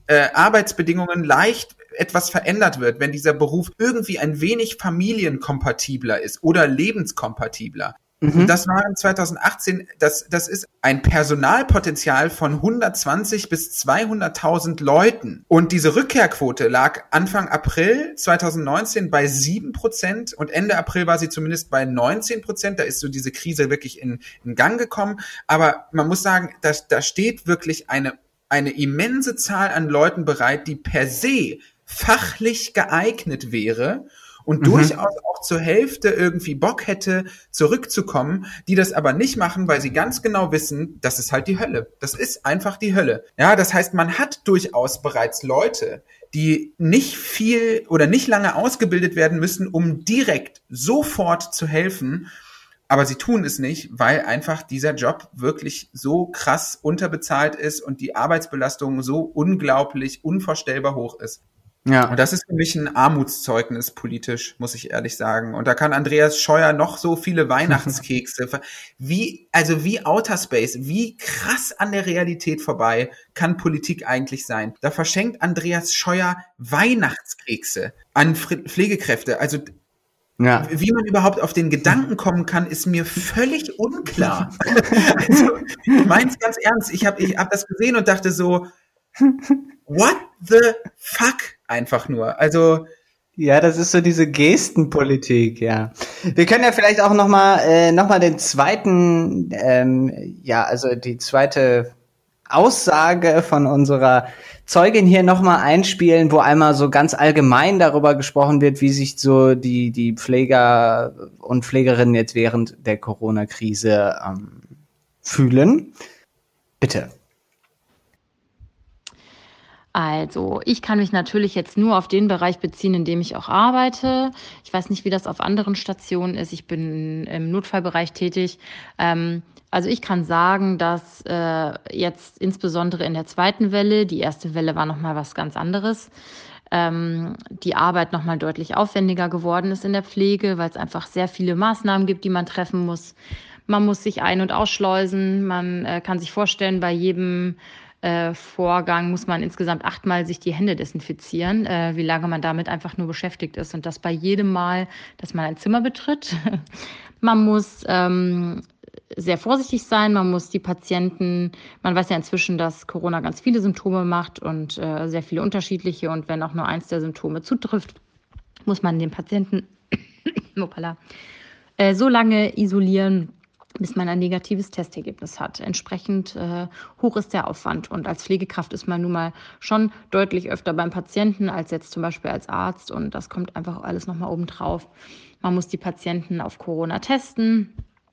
Arbeitsbedingungen leicht etwas verändert wird, wenn dieser Beruf irgendwie ein wenig familienkompatibler ist oder lebenskompatibler. Und das waren 2018, das ist ein Personalpotenzial von 120 bis 200.000 Leuten. Und diese Rückkehrquote lag Anfang April 2019 bei 7% und Ende April war sie zumindest bei 19%. Da ist so diese Krise wirklich in Gang gekommen. Aber man muss sagen, da steht wirklich eine immense Zahl an Leuten bereit, die per se fachlich geeignet wäre und durchaus auch zur Hälfte irgendwie Bock hätte, zurückzukommen, die das aber nicht machen, weil sie ganz genau wissen, das ist halt die Hölle. Das ist einfach die Hölle. Ja, das heißt, man hat durchaus bereits Leute, die nicht viel oder nicht lange ausgebildet werden müssen, um direkt sofort zu helfen. Aber sie tun es nicht, weil einfach dieser Job wirklich so krass unterbezahlt ist und die Arbeitsbelastung so unglaublich, unvorstellbar hoch ist. Ja. Und das ist für mich ein Armutszeugnis politisch, muss ich ehrlich sagen. Und da kann Andreas Scheuer noch so viele Weihnachtskekse, wie Outer Space, wie krass an der Realität vorbei kann Politik eigentlich sein. Da verschenkt Andreas Scheuer Weihnachtskekse an Pflegekräfte. Also wie man überhaupt auf den Gedanken kommen kann, ist mir völlig unklar. Also, ich meine es ganz ernst. Ich hab das gesehen und dachte so, what the fuck? Einfach nur. Also ja, das ist so diese Gestenpolitik, ja. Wir können ja vielleicht auch noch mal den zweiten, also die zweite Aussage von unserer Zeugin hier noch mal einspielen, wo einmal so ganz allgemein darüber gesprochen wird, wie sich so die Pfleger und Pflegerinnen jetzt während der Corona-Krise fühlen. Bitte. Also, ich kann mich natürlich jetzt nur auf den Bereich beziehen, in dem ich auch arbeite. Ich weiß nicht, wie das auf anderen Stationen ist. Ich bin im Notfallbereich tätig. Also ich kann sagen, dass jetzt insbesondere in der zweiten Welle, die erste Welle war nochmal was ganz anderes, die Arbeit nochmal deutlich aufwendiger geworden ist in der Pflege, weil es einfach sehr viele Maßnahmen gibt, die man treffen muss. Man muss sich ein- und ausschleusen. Man kann sich vorstellen, bei jedem Vorgang muss man insgesamt 8-mal sich die Hände desinfizieren, wie lange man damit einfach nur beschäftigt ist. Und das bei jedem Mal, dass man ein Zimmer betritt. Man muss sehr vorsichtig sein, man muss die Patienten, man weiß ja inzwischen, dass Corona ganz viele Symptome macht und sehr viele unterschiedliche. Und wenn auch nur eins der Symptome zutrifft, muss man den Patienten so lange isolieren, bis man ein negatives Testergebnis hat. Entsprechend hoch ist der Aufwand. Und als Pflegekraft ist man nun mal schon deutlich öfter beim Patienten als jetzt zum Beispiel als Arzt. Und das kommt einfach alles nochmal oben drauf. Man muss die Patienten auf Corona testen.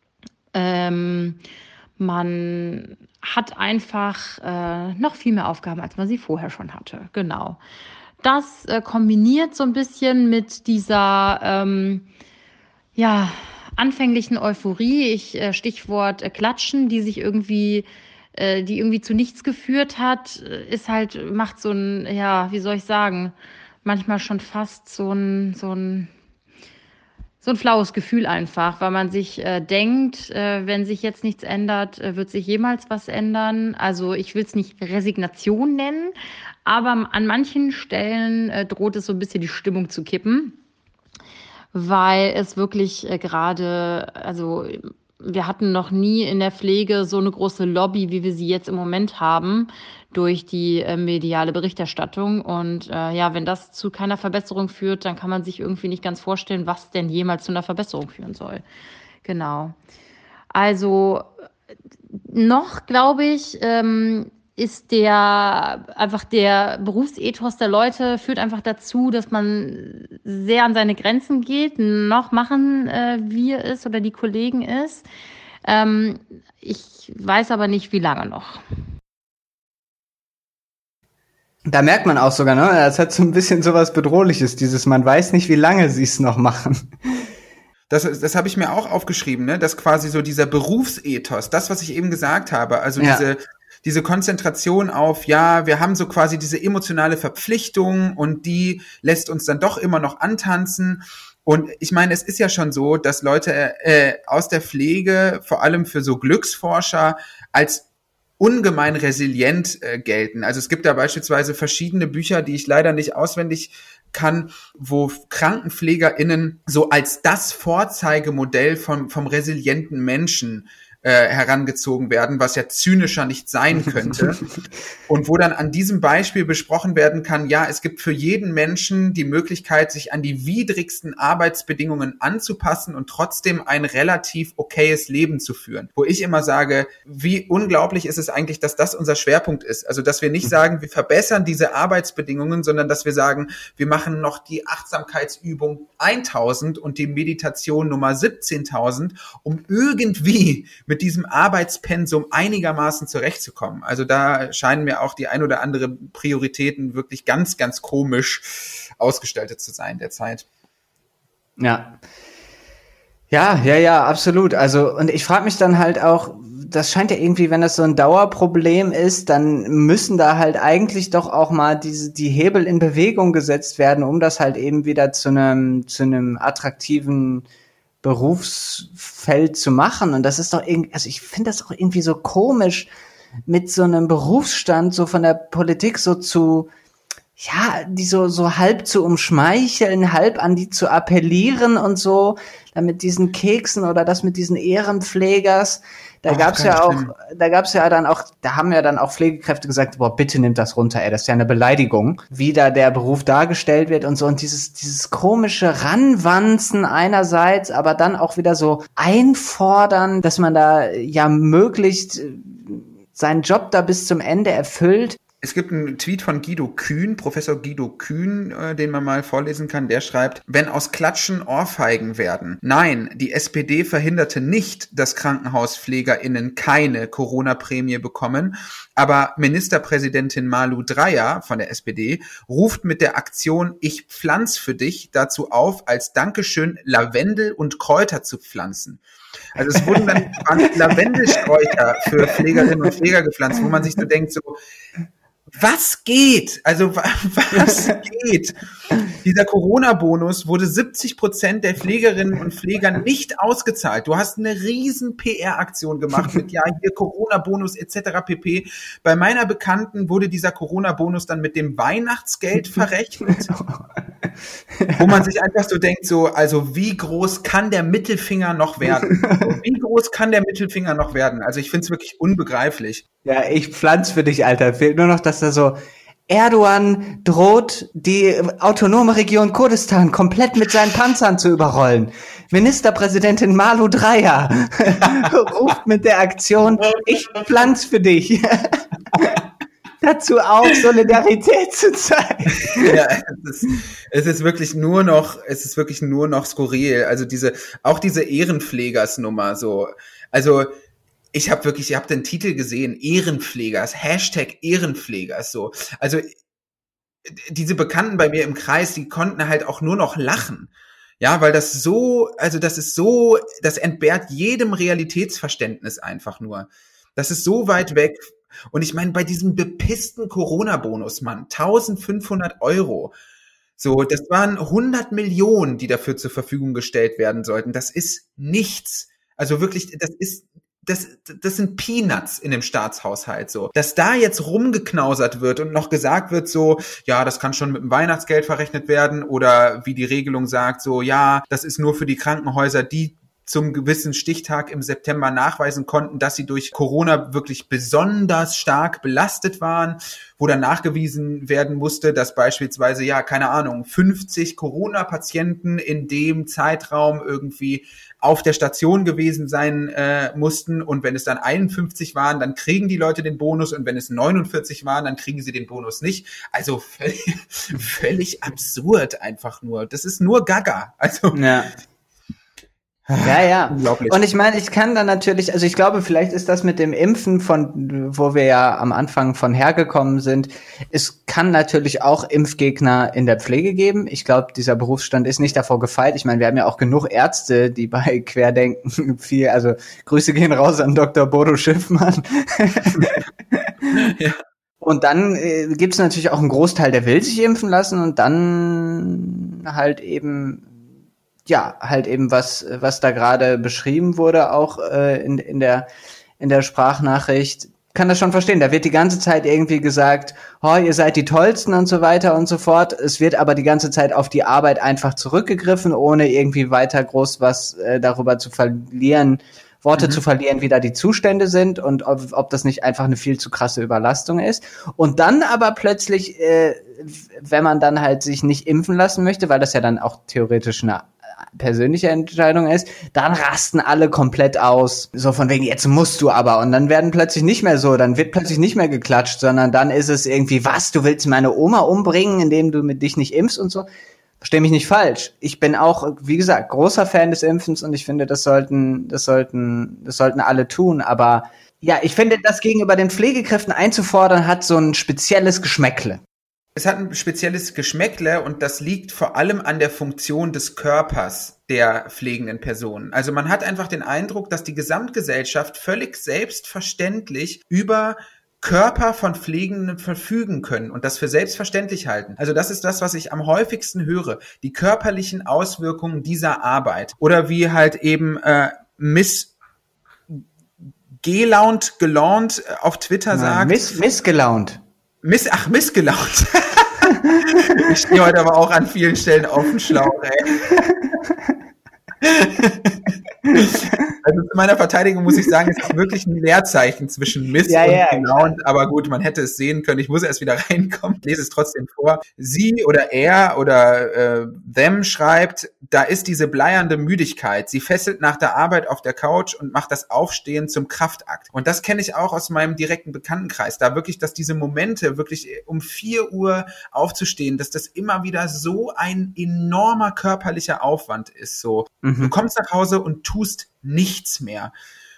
Man hat einfach noch viel mehr Aufgaben, als man sie vorher schon hatte. Genau. Das kombiniert so ein bisschen mit dieser anfänglichen Euphorie, Stichwort Klatschen, die irgendwie zu nichts geführt hat, macht so ein, wie soll ich sagen, manchmal schon fast so ein flaues Gefühl einfach, weil man sich denkt, wenn sich jetzt nichts ändert, wird sich jemals was ändern. Also ich will es nicht Resignation nennen, aber an manchen Stellen droht es so ein bisschen die Stimmung zu kippen. Weil es wirklich also wir hatten noch nie in der Pflege so eine große Lobby, wie wir sie jetzt im Moment haben, durch die mediale Berichterstattung. Und wenn das zu keiner Verbesserung führt, dann kann man sich irgendwie nicht ganz vorstellen, was denn jemals zu einer Verbesserung führen soll. Genau. Also noch, glaube ich, ist der Berufsethos der Leute führt einfach dazu, dass man sehr an seine Grenzen geht. Noch machen wir es oder die Kollegen es. Ich weiß aber nicht, wie lange noch. Da merkt man auch sogar, ne? Das hat so ein bisschen sowas Bedrohliches, man weiß nicht, wie lange sie es noch machen. Das habe ich mir auch aufgeschrieben, ne? Dass quasi so dieser Berufsethos, das, was ich eben gesagt habe, also diese Konzentration auf, wir haben so quasi diese emotionale Verpflichtung und die lässt uns dann doch immer noch antanzen. Und ich meine, es ist ja schon so, dass Leute aus der Pflege, vor allem für so Glücksforscher, als ungemein resilient gelten. Also es gibt da beispielsweise verschiedene Bücher, die ich leider nicht auswendig kann, wo KrankenpflegerInnen so als das Vorzeigemodell vom resilienten Menschen herangezogen werden, was ja zynischer nicht sein könnte. Und wo dann an diesem Beispiel besprochen werden kann, ja, es gibt für jeden Menschen die Möglichkeit, sich an die widrigsten Arbeitsbedingungen anzupassen und trotzdem ein relativ okayes Leben zu führen. Wo ich immer sage, wie unglaublich ist es eigentlich, dass das unser Schwerpunkt ist. Also, dass wir nicht sagen, wir verbessern diese Arbeitsbedingungen, sondern dass wir sagen, wir machen noch die Achtsamkeitsübung 1000 und die Meditation Nummer 17.000, um irgendwie mit diesem Arbeitspensum einigermaßen zurechtzukommen. Also da scheinen mir auch die ein oder andere Prioritäten wirklich ganz, ganz komisch ausgestaltet zu sein derzeit. Ja. Ja, absolut. Also, und ich frage mich dann halt auch, das scheint ja irgendwie, wenn das so ein Dauerproblem ist, dann müssen da halt eigentlich doch auch mal die Hebel in Bewegung gesetzt werden, um das halt eben wieder zu einem attraktiven Berufsfeld zu machen. Und das ist doch irgendwie, also ich finde das auch irgendwie so komisch, mit so einem Berufsstand so von der Politik so zu, ja, die so halb zu umschmeicheln, halb an die zu appellieren und so, dann mit diesen Keksen oder das mit diesen Ehrenpflegers. Da gab's ja dann auch, da haben ja dann auch Pflegekräfte gesagt, boah, bitte nimmt das runter, ey, das ist ja eine Beleidigung, wie da der Beruf dargestellt wird und so, und dieses komische Ranwanzen einerseits, aber dann auch wieder so einfordern, dass man da ja möglichst seinen Job da bis zum Ende erfüllt. Es gibt einen Tweet von Guido Kühn, Professor Guido Kühn, den man mal vorlesen kann, der schreibt, wenn aus Klatschen Ohrfeigen werden. Nein, die SPD verhinderte nicht, dass KrankenhauspflegerInnen keine Corona-Prämie bekommen, aber Ministerpräsidentin Malu Dreyer von der SPD ruft mit der Aktion Ich pflanz für dich dazu auf, als Dankeschön Lavendel und Kräuter zu pflanzen. Also es wurden dann Lavendelsträucher für Pflegerinnen und Pfleger gepflanzt, wo man sich so denkt, so, was geht? Also was geht? Dieser Corona-Bonus wurde 70% der Pflegerinnen und Pfleger nicht ausgezahlt. Du hast eine riesen PR-Aktion gemacht mit, ja, hier Corona-Bonus etc. pp. Bei meiner Bekannten wurde dieser Corona-Bonus dann mit dem Weihnachtsgeld verrechnet, wo man sich einfach so denkt, so, also wie groß kann der Mittelfinger noch werden? Wie groß kann der Mittelfinger noch werden? Also ich finde es wirklich unbegreiflich. Ja, ich pflanz für dich, Alter. Fehlt nur noch, dass da so Erdogan droht, die autonome Region Kurdistan komplett mit seinen Panzern zu überrollen. Ministerpräsidentin Malu Dreyer ruft mit der Aktion Ich pflanz für dich dazu auf, Solidarität zu zeigen. Ja, es ist wirklich nur noch skurril. Also diese Ehrenpflegersnummer so. Also ich habe den Titel gesehen, Ehrenpflegers, #Ehrenpflegers, so. Also, diese Bekannten bei mir im Kreis, die konnten halt auch nur noch lachen. Ja, weil das entbehrt jedem Realitätsverständnis einfach nur. Das ist so weit weg. Und ich meine, bei diesem bepissten Corona-Bonus, Mann, 1.500 €. So, das waren 100 Millionen, die dafür zur Verfügung gestellt werden sollten. Das ist nichts. Also wirklich, das sind Peanuts in dem Staatshaushalt, so. Dass da jetzt rumgeknausert wird und noch gesagt wird so, ja, das kann schon mit dem Weihnachtsgeld verrechnet werden, oder wie die Regelung sagt, so, ja, das ist nur für die Krankenhäuser, die zum gewissen Stichtag im September nachweisen konnten, dass sie durch Corona wirklich besonders stark belastet waren, wo dann nachgewiesen werden musste, dass beispielsweise, ja, keine Ahnung, 50 Corona-Patienten in dem Zeitraum irgendwie auf der Station gewesen sein mussten, und wenn es dann 51 waren, dann kriegen die Leute den Bonus, und wenn es 49 waren, dann kriegen sie den Bonus nicht. Also völlig absurd einfach nur. Das ist nur Gaga. Also ja. Ja. Unglaublich. Und ich meine, ich kann dann natürlich, also ich glaube, vielleicht ist das mit dem Impfen, von wo wir ja am Anfang von hergekommen sind, es kann natürlich auch Impfgegner in der Pflege geben. Ich glaube, dieser Berufsstand ist nicht davor gefeit. Ich meine, wir haben ja auch genug Ärzte, die bei Querdenken viel, also Grüße gehen raus an Dr. Bodo Schiffmann. Ja. Und dann gibt's natürlich auch einen Großteil, der will sich impfen lassen, und dann halt eben was da gerade beschrieben wurde, auch in der Sprachnachricht. kann das schon verstehen. Da wird die ganze Zeit irgendwie gesagt, oh, ihr seid die Tollsten und so weiter und so fort. Es wird aber die ganze Zeit auf die Arbeit einfach zurückgegriffen, ohne irgendwie weiter groß was darüber zu verlieren, Worte zu verlieren, wie da die Zustände sind und ob das nicht einfach eine viel zu krasse Überlastung ist. Und dann aber plötzlich, wenn man dann halt sich nicht impfen lassen möchte, weil das ja dann auch theoretisch eine persönliche Entscheidung ist, dann rasten alle komplett aus. So von wegen, jetzt musst du aber. Und dann werden plötzlich nicht mehr so, dann wird plötzlich nicht mehr geklatscht, sondern dann ist es irgendwie, was, du willst meine Oma umbringen, indem du mit dich nicht impfst und so. Versteh mich nicht falsch. Ich bin auch, wie gesagt, großer Fan des Impfens und ich finde, das sollten alle tun. Aber ja, ich finde, das gegenüber den Pflegekräften einzufordern, hat so ein spezielles Geschmäckle. Es hat ein spezielles Geschmäckle und das liegt vor allem an der Funktion des Körpers der pflegenden Personen. Also man hat einfach den Eindruck, dass die Gesamtgesellschaft völlig selbstverständlich über Körper von Pflegenden verfügen können und das für selbstverständlich halten. Also das ist das, was ich am häufigsten höre, die körperlichen Auswirkungen dieser Arbeit. Oder wie halt eben gelaunt auf Twitter sagt. Missgelaunt. Missgelaunt. Ich stehe heute aber auch an vielen Stellen auf dem Schlauch, ey. Also zu meiner Verteidigung muss ich sagen, es ist wirklich ein Leerzeichen zwischen Miss und gelaunt, aber gut, man hätte es sehen können, ich muss erst wieder reinkommen, ich lese es trotzdem vor. Sie oder er oder them schreibt, da ist diese bleiernde Müdigkeit, sie fesselt nach der Arbeit auf der Couch und macht das Aufstehen zum Kraftakt. Und das kenne ich auch aus meinem direkten Bekanntenkreis, da wirklich, dass diese Momente, wirklich um 4 Uhr aufzustehen, dass das immer wieder so ein enormer körperlicher Aufwand ist, so. Du kommst nach Hause und tust nichts mehr.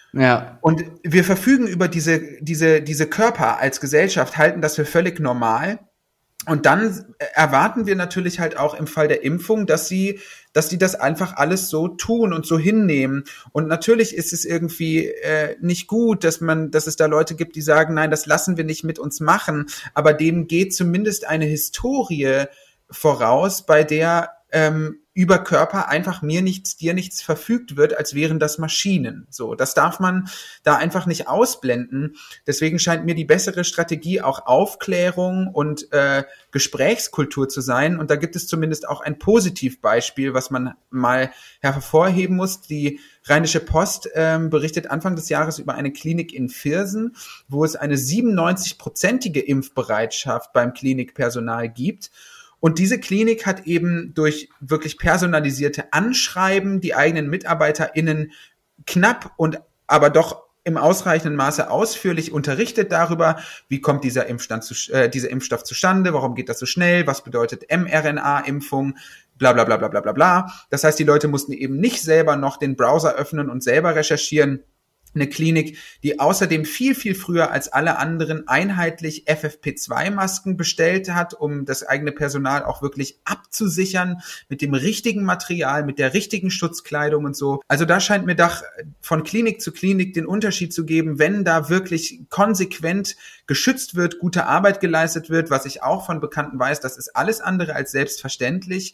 Ja. Und wir verfügen über diese Körper als Gesellschaft, halten das für völlig normal. Und dann erwarten wir natürlich halt auch im Fall der Impfung, dass die das einfach alles so tun und so hinnehmen. Und natürlich ist es irgendwie nicht gut, dass es da Leute gibt, die sagen, nein, das lassen wir nicht mit uns machen. Aber dem geht zumindest eine Historie voraus, bei der über Körper einfach mir nichts, dir nichts verfügt wird, als wären das Maschinen. So, das darf man da einfach nicht ausblenden. Deswegen scheint mir die bessere Strategie auch Aufklärung und Gesprächskultur zu sein. Und da gibt es zumindest auch ein Positivbeispiel, was man mal hervorheben muss. Die Rheinische Post berichtet Anfang des Jahres über eine Klinik in Viersen, wo es eine 97-prozentige Impfbereitschaft beim Klinikpersonal gibt. Und diese Klinik hat eben durch wirklich personalisierte Anschreiben die eigenen MitarbeiterInnen knapp und aber doch im ausreichenden Maße ausführlich unterrichtet darüber, wie kommt dieser Impfstoff zustande, warum geht das so schnell, was bedeutet mRNA-Impfung, bla bla bla bla bla bla bla. Das heißt, die Leute mussten eben nicht selber noch den Browser öffnen und selber recherchieren. Eine Klinik, die außerdem viel, viel früher als alle anderen einheitlich FFP2-Masken bestellt hat, um das eigene Personal auch wirklich abzusichern mit dem richtigen Material, mit der richtigen Schutzkleidung und so. Also da scheint mir doch von Klinik zu Klinik den Unterschied zu geben, wenn da wirklich konsequent geschützt wird, gute Arbeit geleistet wird, was ich auch von Bekannten weiß, das ist alles andere als selbstverständlich.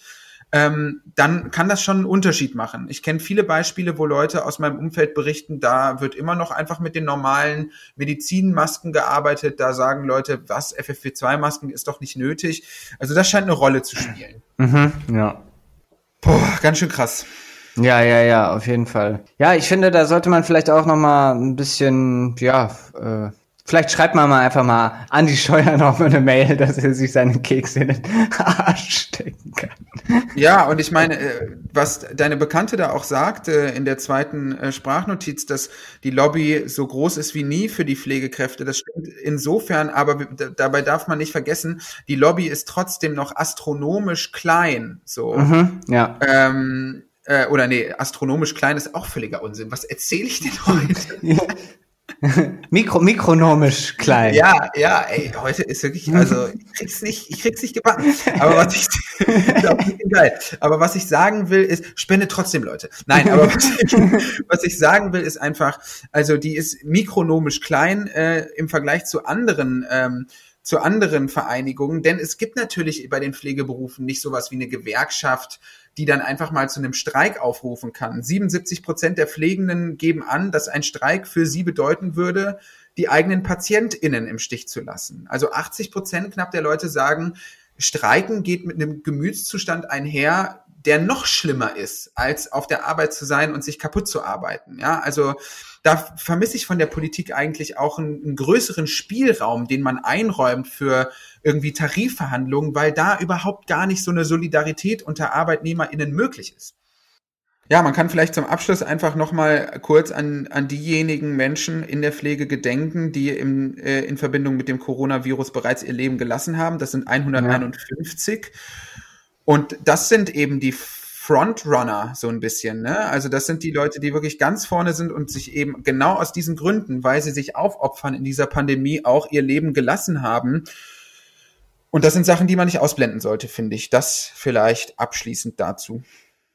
Dann kann das schon einen Unterschied machen. Ich kenne viele Beispiele, wo Leute aus meinem Umfeld berichten, da wird immer noch einfach mit den normalen Medizinmasken gearbeitet. Da sagen Leute, was, FFP2-Masken ist doch nicht nötig. Also das scheint eine Rolle zu spielen. Ja. Boah, ganz schön krass. Ja, auf jeden Fall. Ja, ich finde, da sollte man vielleicht auch noch mal ein bisschen, vielleicht schreibt man mal einfach mal an die Scheuer noch mal eine Mail, dass er sich seinen Keks in den Arsch stecken kann. Ja, und ich meine, was deine Bekannte da auch sagte in der zweiten Sprachnotiz, dass die Lobby so groß ist wie nie für die Pflegekräfte, das stimmt insofern, aber dabei darf man nicht vergessen, die Lobby ist trotzdem noch astronomisch klein, so. Ja. Oder nee, astronomisch klein ist auch völliger Unsinn. Was erzähle ich denn heute? Mikronomisch klein. Ja, ey, heute ist wirklich, also ich krieg's nicht gebacken. Aber was ich sagen will, ist, spende trotzdem, Leute. Nein, aber was ich sagen will, ist einfach, also die ist mikronomisch klein im Vergleich zu anderen Vereinigungen, denn es gibt natürlich bei den Pflegeberufen nicht sowas wie eine Gewerkschaft, die dann einfach mal zu einem Streik aufrufen kann. 77% der Pflegenden geben an, dass ein Streik für sie bedeuten würde, die eigenen PatientInnen im Stich zu lassen. Also 80% knapp der Leute sagen, Streiken geht mit einem Gemütszustand einher, der noch schlimmer ist, als auf der Arbeit zu sein und sich kaputt zu arbeiten. Ja, also da vermisse ich von der Politik eigentlich auch einen größeren Spielraum, den man einräumt für irgendwie Tarifverhandlungen, weil da überhaupt gar nicht so eine Solidarität unter ArbeitnehmerInnen möglich ist. Ja, man kann vielleicht zum Abschluss einfach nochmal kurz an diejenigen Menschen in der Pflege gedenken, die in Verbindung mit dem Coronavirus bereits ihr Leben gelassen haben. Das sind 151. Und das sind eben die Frontrunner so ein bisschen, ne? Also das sind die Leute, die wirklich ganz vorne sind und sich eben genau aus diesen Gründen, weil sie sich aufopfern in dieser Pandemie, auch ihr Leben gelassen haben. Und das sind Sachen, die man nicht ausblenden sollte, finde ich. Das vielleicht abschließend dazu.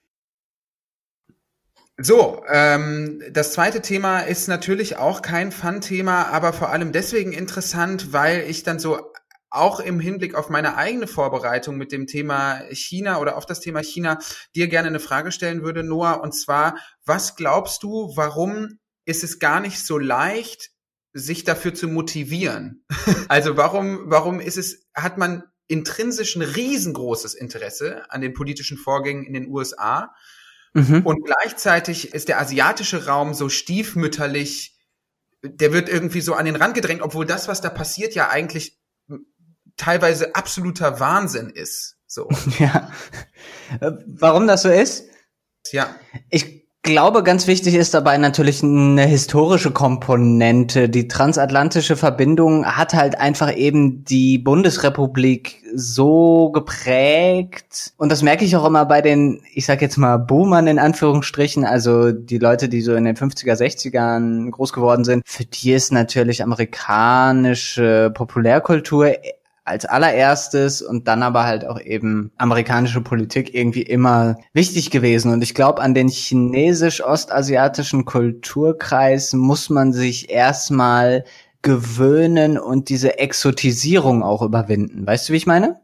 So, das zweite Thema ist natürlich auch kein Fun-Thema, aber vor allem deswegen interessant, weil ich dann so auch im Hinblick auf meine eigene Vorbereitung mit dem Thema China oder auf das Thema China dir gerne eine Frage stellen würde, Noah, und zwar, was glaubst du, warum ist es gar nicht so leicht, sich dafür zu motivieren? Also warum hat man intrinsisch ein riesengroßes Interesse an den politischen Vorgängen in den USA? Und gleichzeitig ist der asiatische Raum so stiefmütterlich, der wird irgendwie so an den Rand gedrängt, obwohl das, was da passiert, ja eigentlich teilweise absoluter Wahnsinn ist. So. Ja. Warum das so ist? Ja. Ich glaube, ganz wichtig ist dabei natürlich eine historische Komponente. Die transatlantische Verbindung hat halt einfach eben die Bundesrepublik so geprägt. Und das merke ich auch immer bei den, ich sag jetzt mal, Boomern in Anführungsstrichen, also die Leute, die so in den 50er, 60ern groß geworden sind. Für die ist natürlich amerikanische Populärkultur als allererstes und dann aber halt auch eben amerikanische Politik irgendwie immer wichtig gewesen. Und ich glaube, an den chinesisch-ostasiatischen Kulturkreis muss man sich erstmal gewöhnen und diese Exotisierung auch überwinden. Weißt du, wie ich meine?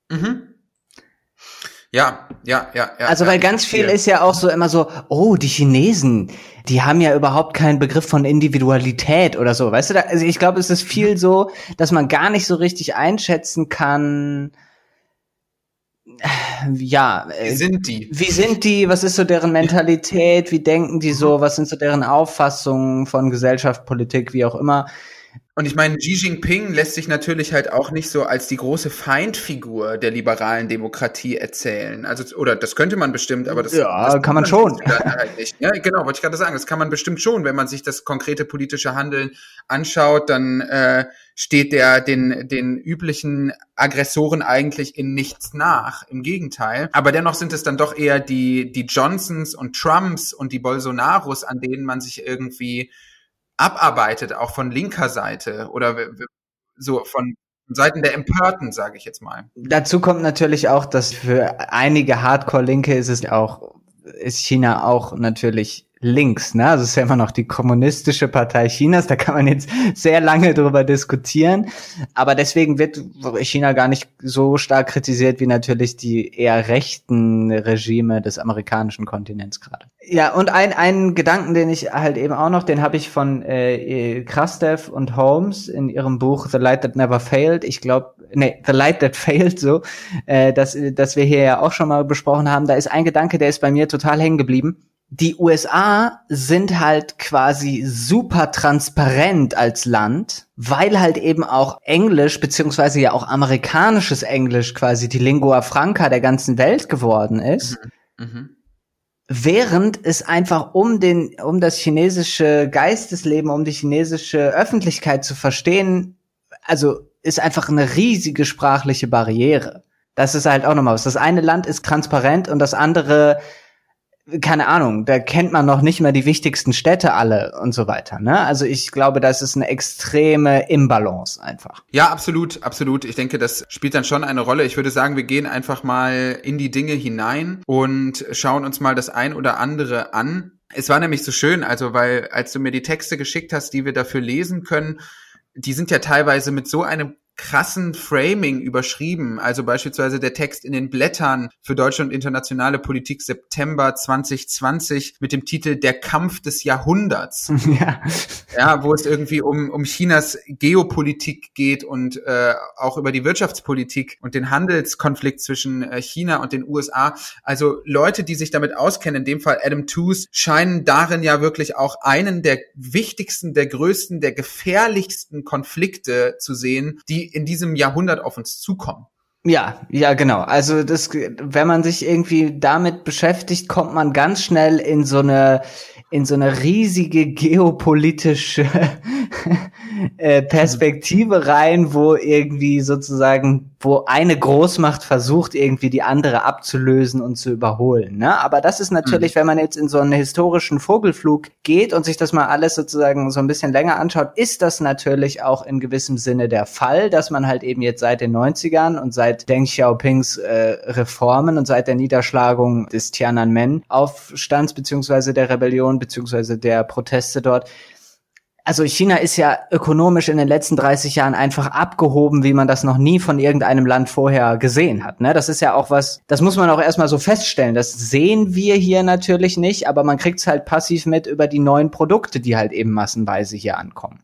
Ja. Also weil ganz viel ist ja auch so immer so, oh, die Chinesen, die haben ja überhaupt keinen Begriff von Individualität oder so, weißt du? Also ich glaube, es ist viel so, dass man gar nicht so richtig einschätzen kann, ja. Wie sind die? Wie sind die? Was ist so deren Mentalität? Wie denken die so? Was sind so deren Auffassungen von Gesellschaft, Politik, wie auch immer? Und ich meine, Xi Jinping lässt sich natürlich halt auch nicht so als die große Feindfigur der liberalen Demokratie erzählen. Also, oder das könnte man bestimmt, aber das kann man schon. Halt nicht. Ja, genau, wollte ich gerade sagen. Das kann man bestimmt schon, wenn man sich das konkrete politische Handeln anschaut, dann steht der den üblichen Aggressoren eigentlich in nichts nach. Im Gegenteil. Aber dennoch sind es dann doch eher die Johnsons und Trumps und die Bolsonaros, an denen man sich irgendwie abarbeitet, auch von linker Seite oder so von Seiten der Empörten, sage ich jetzt mal. Dazu kommt natürlich auch, dass für einige Hardcore-Linke ist China auch natürlich links, ne? Also es ist ja immer noch die kommunistische Partei Chinas, da kann man jetzt sehr lange drüber diskutieren, aber deswegen wird China gar nicht so stark kritisiert wie natürlich die eher rechten Regime des amerikanischen Kontinents gerade. Ja, und ein Gedanken, den ich halt eben auch noch, den habe ich von Krastev und Holmes in ihrem Buch The Light That Never Failed, The Light That Failed, so, dass wir hier ja auch schon mal besprochen haben, da ist ein Gedanke, der ist bei mir total hängen geblieben. Die USA sind halt quasi super transparent als Land, weil halt eben auch Englisch beziehungsweise ja auch amerikanisches Englisch quasi die Lingua Franca der ganzen Welt geworden ist. Während es einfach um das chinesische Geistesleben, um die chinesische Öffentlichkeit zu verstehen, also ist einfach eine riesige sprachliche Barriere. Das ist halt auch nochmal was. Das eine Land ist transparent und das andere, keine Ahnung, da kennt man noch nicht mal die wichtigsten Städte alle und so weiter, ne? Also ich glaube, das ist eine extreme Imbalance einfach. Ja, absolut, absolut. Ich denke, das spielt dann schon eine Rolle. Ich würde sagen, wir gehen einfach mal in die Dinge hinein und schauen uns mal das ein oder andere an. Es war nämlich so schön, also weil als du mir die Texte geschickt hast, die wir dafür lesen können, die sind ja teilweise mit so einem krassen Framing überschrieben. Also beispielsweise der Text in den Blättern für Deutschland und internationale Politik September 2020 mit dem Titel Der Kampf des Jahrhunderts. Ja, wo es irgendwie um Chinas Geopolitik geht und auch über die Wirtschaftspolitik und den Handelskonflikt zwischen China und den USA. Also Leute, die sich damit auskennen, in dem Fall Adam Tooze, scheinen darin ja wirklich auch einen der wichtigsten, der größten, der gefährlichsten Konflikte zu sehen, die in diesem Jahrhundert auf uns zukommen. Ja, genau. Also wenn man sich irgendwie damit beschäftigt, kommt man ganz schnell in so eine riesige geopolitische Perspektive rein, wo irgendwie sozusagen, wo eine Großmacht versucht, irgendwie die andere abzulösen und zu überholen, ne? Aber das ist natürlich, wenn man jetzt in so einen historischen Vogelflug geht und sich das mal alles sozusagen so ein bisschen länger anschaut, ist das natürlich auch in gewissem Sinne der Fall, dass man halt eben jetzt seit den 90ern und seit Deng Xiaopings Reformen und seit der Niederschlagung des Tiananmen-Aufstands beziehungsweise der Rebellion beziehungsweise der Proteste dort. Also China ist ja ökonomisch in den letzten 30 Jahren einfach abgehoben, wie man das noch nie von irgendeinem Land vorher gesehen hat, ne? Das ist ja auch was, das muss man auch erstmal so feststellen. Das sehen wir hier natürlich nicht, aber man kriegt's halt passiv mit über die neuen Produkte, die halt eben massenweise hier ankommen.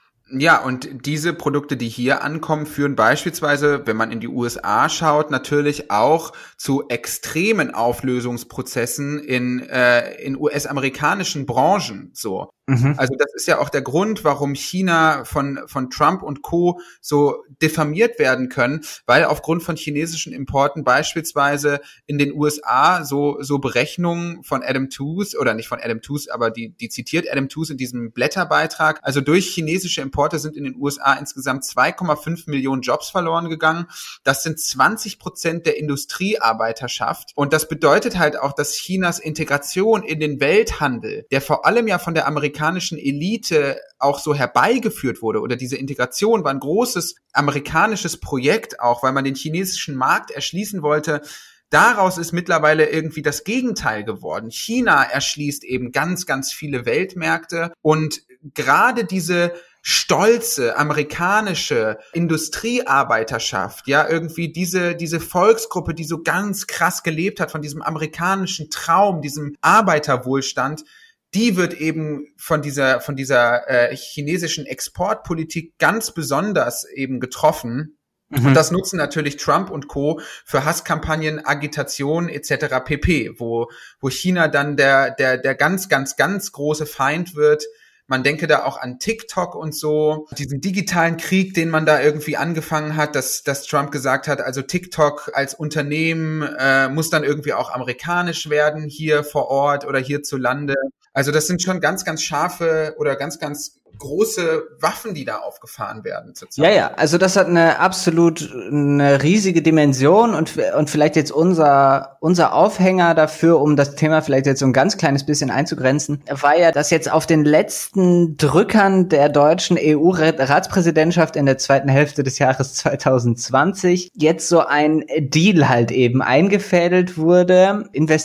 Ja, und diese Produkte, die hier ankommen, führen beispielsweise, wenn man in die USA schaut, natürlich auch zu extremen Auflösungsprozessen in US-amerikanischen Branchen, so. Also das ist ja auch der Grund, warum China von Trump und Co. so diffamiert werden können, weil aufgrund von chinesischen Importen beispielsweise in den USA so Berechnungen von Adam Tooze, oder nicht von Adam Tooze, aber die zitiert Adam Tooze in diesem Blätterbeitrag, also durch chinesische Importe sind in den USA insgesamt 2,5 Millionen Jobs verloren gegangen. Das sind 20% der Industriearbeiterschaft. Und das bedeutet halt auch, dass Chinas Integration in den Welthandel, der vor allem ja von der amerikanischen Elite auch so herbeigeführt wurde, oder diese Integration war ein großes amerikanisches Projekt auch, weil man den chinesischen Markt erschließen wollte. Daraus ist mittlerweile irgendwie das Gegenteil geworden. China erschließt eben ganz, ganz viele Weltmärkte, und gerade diese stolze amerikanische Industriearbeiterschaft, ja, irgendwie diese Volksgruppe, die so ganz krass gelebt hat von diesem amerikanischen Traum, diesem Arbeiterwohlstand, die wird eben von dieser chinesischen Exportpolitik ganz besonders eben getroffen. Und das nutzen natürlich Trump und Co. für Hasskampagnen, Agitation etc. pp., wo China dann der ganz, ganz, ganz große Feind wird. Man denke da auch an TikTok und so, diesen digitalen Krieg, den man da irgendwie angefangen hat, dass Trump gesagt hat, also TikTok als Unternehmen muss dann irgendwie auch amerikanisch werden, hier vor Ort oder hierzulande. Also das sind schon ganz, ganz scharfe oder ganz, ganz große Waffen, die da aufgefahren werden zurzeit. Ja, also das hat eine riesige Dimension, und vielleicht jetzt unser Aufhänger dafür, um das Thema vielleicht jetzt so ein ganz kleines bisschen einzugrenzen, war ja, dass jetzt auf den letzten Drückern der deutschen EU-Ratspräsidentschaft in der zweiten Hälfte des Jahres 2020 jetzt so ein Deal halt eben eingefädelt wurde,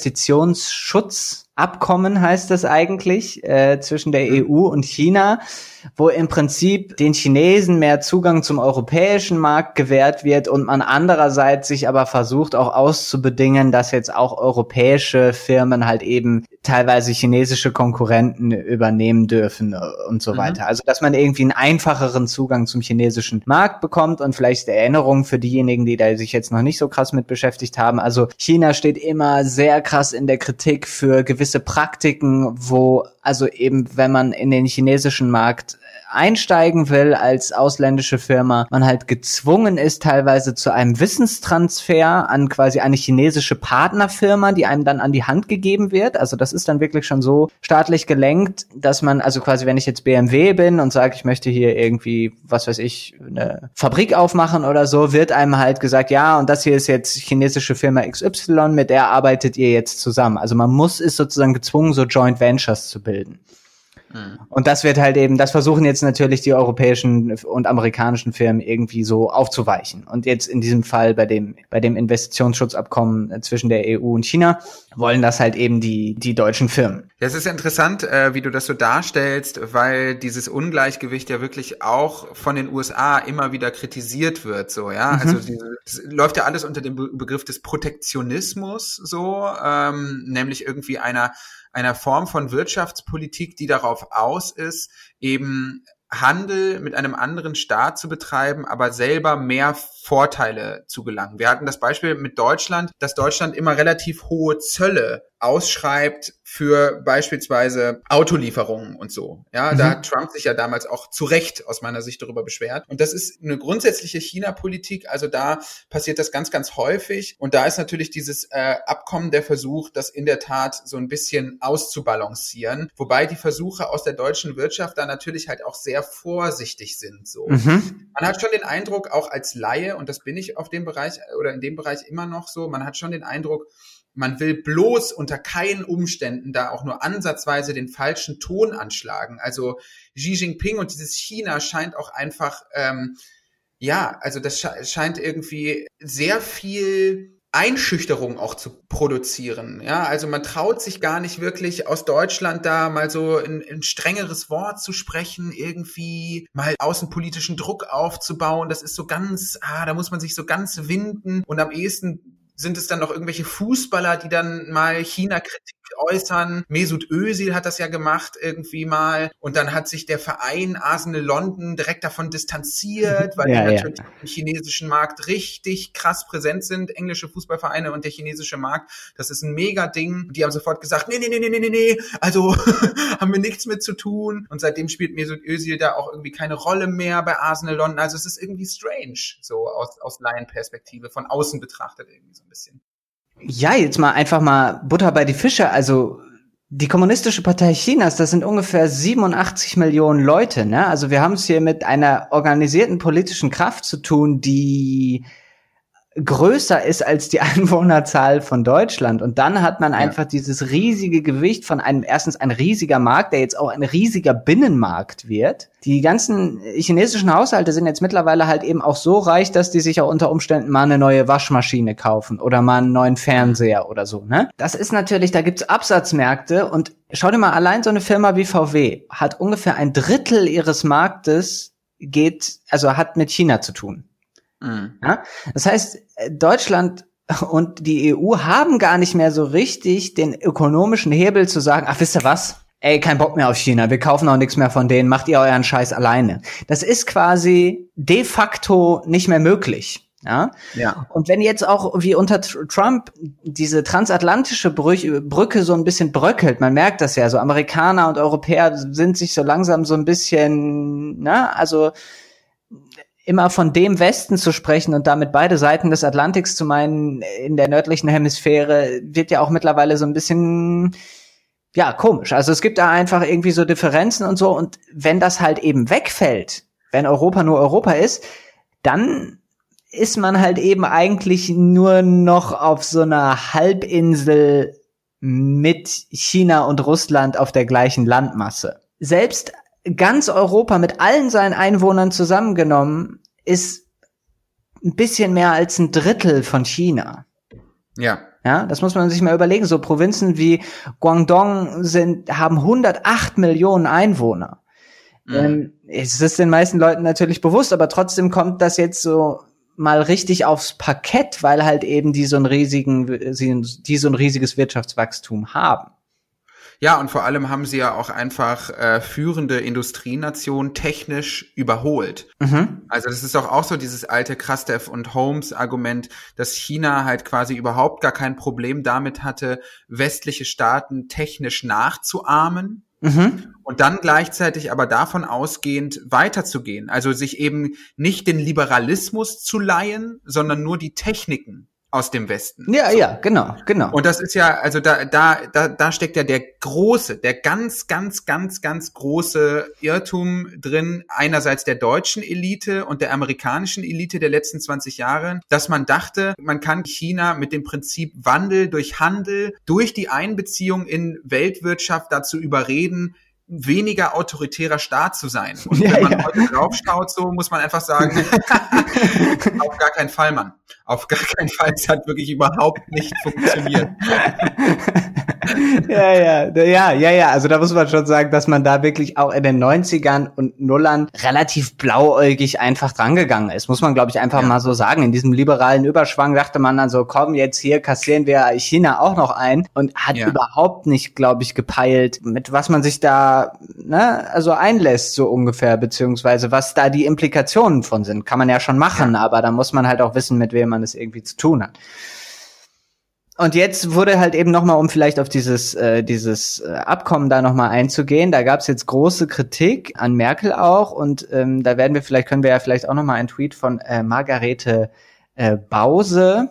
Investitionsschutzabkommen heißt das eigentlich, zwischen der EU und China, wo im Prinzip den Chinesen mehr Zugang zum europäischen Markt gewährt wird und man andererseits sich aber versucht auch auszubedingen, dass jetzt auch europäische Firmen halt eben teilweise chinesische Konkurrenten übernehmen dürfen und so weiter. Also dass man irgendwie einen einfacheren Zugang zum chinesischen Markt bekommt. Und vielleicht Erinnerung für diejenigen, die da sich jetzt noch nicht so krass mit beschäftigt haben. Also China steht immer sehr krass in der Kritik für gewisse Praktiken, wo also eben, wenn man in den chinesischen Markt einsteigen will als ausländische Firma, man halt gezwungen ist teilweise zu einem Wissenstransfer an quasi eine chinesische Partnerfirma, die einem dann an die Hand gegeben wird. Also das ist dann wirklich schon so staatlich gelenkt, dass man, also quasi wenn ich jetzt BMW bin und sage, ich möchte hier irgendwie, was weiß ich, eine Fabrik aufmachen oder so, wird einem halt gesagt, ja, und das hier ist jetzt chinesische Firma XY, mit der arbeitet ihr jetzt zusammen. Also man ist sozusagen gezwungen, so Joint Ventures zu bilden. Und das wird halt eben, das versuchen jetzt natürlich die europäischen und amerikanischen Firmen irgendwie so aufzuweichen. Und jetzt in diesem Fall bei dem Investitionsschutzabkommen zwischen der EU und China wollen das halt eben die deutschen Firmen. Ja, es ist interessant, wie du das so darstellst, weil dieses Ungleichgewicht ja wirklich auch von den USA immer wieder kritisiert wird, so, ja. Also das läuft ja alles unter dem Begriff des Protektionismus, so, nämlich irgendwie einer Form von Wirtschaftspolitik, die darauf aus ist, eben Handel mit einem anderen Staat zu betreiben, aber selber mehr Vorteile zu gelangen. Wir hatten das Beispiel mit Deutschland, dass Deutschland immer relativ hohe Zölle ausschreibt für beispielsweise Autolieferungen und so. Ja, da hat Trump sich ja damals auch zu Recht aus meiner Sicht darüber beschwert. Und das ist eine grundsätzliche China-Politik. Also da passiert das ganz, ganz häufig. Und da ist natürlich dieses Abkommen der Versuch, das in der Tat so ein bisschen auszubalancieren. Wobei die Versuche aus der deutschen Wirtschaft da natürlich halt auch sehr vorsichtig sind. So. Man hat schon den Eindruck, auch als Laie, und das bin ich auf dem Bereich oder in dem Bereich immer noch so, man hat schon den Eindruck, man will bloß unter keinen Umständen da auch nur ansatzweise den falschen Ton anschlagen. Also Xi Jinping und dieses China scheint auch einfach, also das scheint irgendwie sehr viel Einschüchterung auch zu produzieren. Ja, also man traut sich gar nicht wirklich aus Deutschland da mal so ein strengeres Wort zu sprechen, irgendwie mal außenpolitischen Druck aufzubauen. Das ist so ganz, da muss man sich so ganz winden, und am ehesten sind es dann noch irgendwelche Fußballer, die dann mal China-Kritik äußern. Mesut Özil hat das ja gemacht irgendwie mal. Und dann hat sich der Verein Arsenal London direkt davon distanziert, weil die natürlich im chinesischen Markt richtig krass präsent sind. Englische Fußballvereine und der chinesische Markt, das ist ein Mega-Ding. Die haben sofort gesagt, nee, also haben wir nichts mit zu tun. Und seitdem spielt Mesut Özil da auch irgendwie keine Rolle mehr bei Arsenal London. Also es ist irgendwie strange, so aus Laienperspektive, von außen betrachtet irgendwie so ein bisschen. Ja, jetzt mal einfach mal Butter bei die Fische. Also die Kommunistische Partei Chinas, das sind ungefähr 87 Millionen Leute, ne? Also wir haben es hier mit einer organisierten politischen Kraft zu tun, die größer ist als die Einwohnerzahl von Deutschland. Und dann hat man einfach dieses riesige Gewicht von erstens ein riesiger Markt, der jetzt auch ein riesiger Binnenmarkt wird. Die ganzen chinesischen Haushalte sind jetzt mittlerweile halt eben auch so reich, dass die sich auch unter Umständen mal eine neue Waschmaschine kaufen oder mal einen neuen Fernseher oder so, ne? Das ist natürlich, da gibt's Absatzmärkte, und schau dir mal, allein so eine Firma wie VW hat ungefähr 1/3 ihres Marktes hat mit China zu tun. Ja? Das heißt, Deutschland und die EU haben gar nicht mehr so richtig den ökonomischen Hebel zu sagen, ach, wisst ihr was? Ey, kein Bock mehr auf China, wir kaufen auch nichts mehr von denen, macht ihr euren Scheiß alleine. Das ist quasi de facto nicht mehr möglich. Ja. Und wenn jetzt auch wie unter Trump diese transatlantische Brücke so ein bisschen bröckelt, man merkt das ja, so Amerikaner und Europäer sind sich so langsam so ein bisschen, also immer von dem Westen zu sprechen und damit beide Seiten des Atlantiks zu meinen in der nördlichen Hemisphäre, wird ja auch mittlerweile so ein bisschen, komisch. Also es gibt da einfach irgendwie so Differenzen und so, und wenn das halt eben wegfällt, wenn Europa nur Europa ist, dann ist man halt eben eigentlich nur noch auf so einer Halbinsel mit China und Russland auf der gleichen Landmasse. Selbst ganz Europa mit allen seinen Einwohnern zusammengenommen ist ein bisschen mehr als 1/3 von China. Ja, das muss man sich mal überlegen. So Provinzen wie Guangdong haben 108 Millionen Einwohner. Es ist den meisten Leuten natürlich bewusst, aber trotzdem kommt das jetzt so mal richtig aufs Parkett, weil halt eben die so ein riesiges Wirtschaftswachstum haben. Ja, und vor allem haben sie ja auch einfach führende Industrienation technisch überholt. Also das ist doch auch so dieses alte Krastev und Holmes Argument, dass China halt quasi überhaupt gar kein Problem damit hatte, westliche Staaten technisch nachzuahmen. Und dann gleichzeitig aber davon ausgehend weiterzugehen. Also sich eben nicht den Liberalismus zu leihen, sondern nur die Techniken aus dem Westen. Ja, genau. Und das ist ja, also da steckt ja der ganz, ganz, ganz, ganz große Irrtum drin, einerseits der deutschen Elite und der amerikanischen Elite der letzten 20 Jahre, dass man dachte, man kann China mit dem Prinzip Wandel durch Handel, durch die Einbeziehung in Weltwirtschaft dazu überreden, weniger autoritärer Staat zu sein. Und wenn man heute draufschaut, so muss man einfach sagen, auf gar keinen Fall, Mann. Auf gar keinen Fall. Es hat wirklich überhaupt nicht funktioniert. Ja. Also da muss man schon sagen, dass man da wirklich auch in den 90ern und Nullern relativ blauäugig einfach drangegangen ist. Muss man, glaube ich, einfach mal so sagen. In diesem liberalen Überschwang dachte man dann so, komm, jetzt hier kassieren wir China auch noch ein und hat überhaupt nicht, glaube ich, gepeilt, mit was man sich da also einlässt, so ungefähr, beziehungsweise was da die Implikationen von sind. Kann man ja schon machen, aber da muss man halt auch wissen, mit wem man es irgendwie zu tun hat. Und jetzt wurde halt eben nochmal, um vielleicht auf dieses Abkommen da nochmal einzugehen, da gab es jetzt große Kritik an Merkel auch und da können wir ja vielleicht auch nochmal einen Tweet von Margarete Bause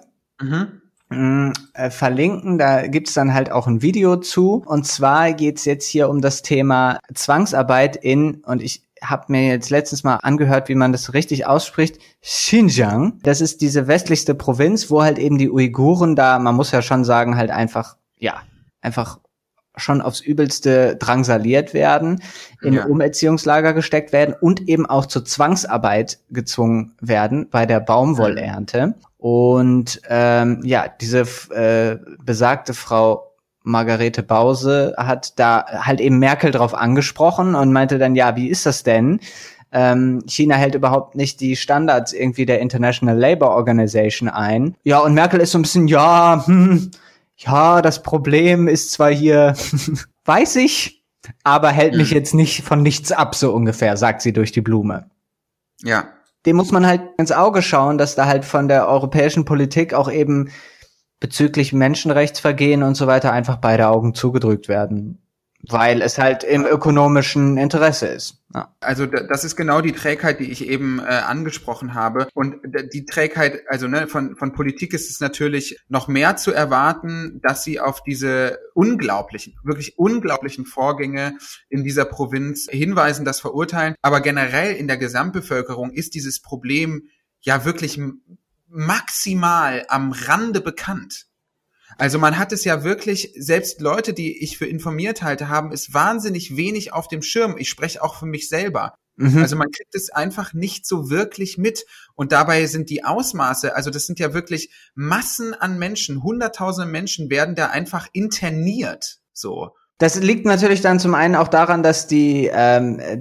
verlinken. Da gibt's dann halt auch ein Video zu. Und zwar geht's jetzt hier um das Thema Zwangsarbeit und ich habe mir jetzt letztens mal angehört, wie man das richtig ausspricht, Xinjiang. Das ist diese westlichste Provinz, wo halt eben die Uiguren da, man muss ja schon sagen, halt einfach schon aufs Übelste drangsaliert werden, in Umerziehungslager gesteckt werden und eben auch zur Zwangsarbeit gezwungen werden bei der Baumwollernte. Und diese besagte Frau Margarete Bause hat da halt eben Merkel drauf angesprochen und meinte dann, ja, wie ist das denn? China hält überhaupt nicht die Standards irgendwie der International Labour Organization ein. Ja, und Merkel ist so ein bisschen, das Problem ist zwar hier, weiß ich, aber hält mich jetzt nicht von nichts ab, so ungefähr, sagt sie durch die Blume. Ja. Dem muss man halt ins Auge schauen, dass da halt von der europäischen Politik auch eben bezüglich Menschenrechtsvergehen und so weiter einfach beide Augen zugedrückt werden, weil es halt im ökonomischen Interesse ist. Ja. Also das ist genau die Trägheit, die ich eben angesprochen habe. Und die Trägheit, also von Politik ist es natürlich noch mehr zu erwarten, dass sie auf diese wirklich unglaublichen Vorgänge in dieser Provinz hinweisen, das verurteilen. Aber generell in der Gesamtbevölkerung ist dieses Problem ja wirklich maximal am Rande bekannt. Also man hat es ja wirklich, selbst Leute, die ich für informiert halte, haben es wahnsinnig wenig auf dem Schirm. Ich spreche auch für mich selber. Also man kriegt es einfach nicht so wirklich mit. Und dabei sind die Ausmaße, also das sind ja wirklich Massen an Menschen, hunderttausende Menschen werden da einfach interniert, so. Das liegt natürlich dann zum einen auch daran, dass der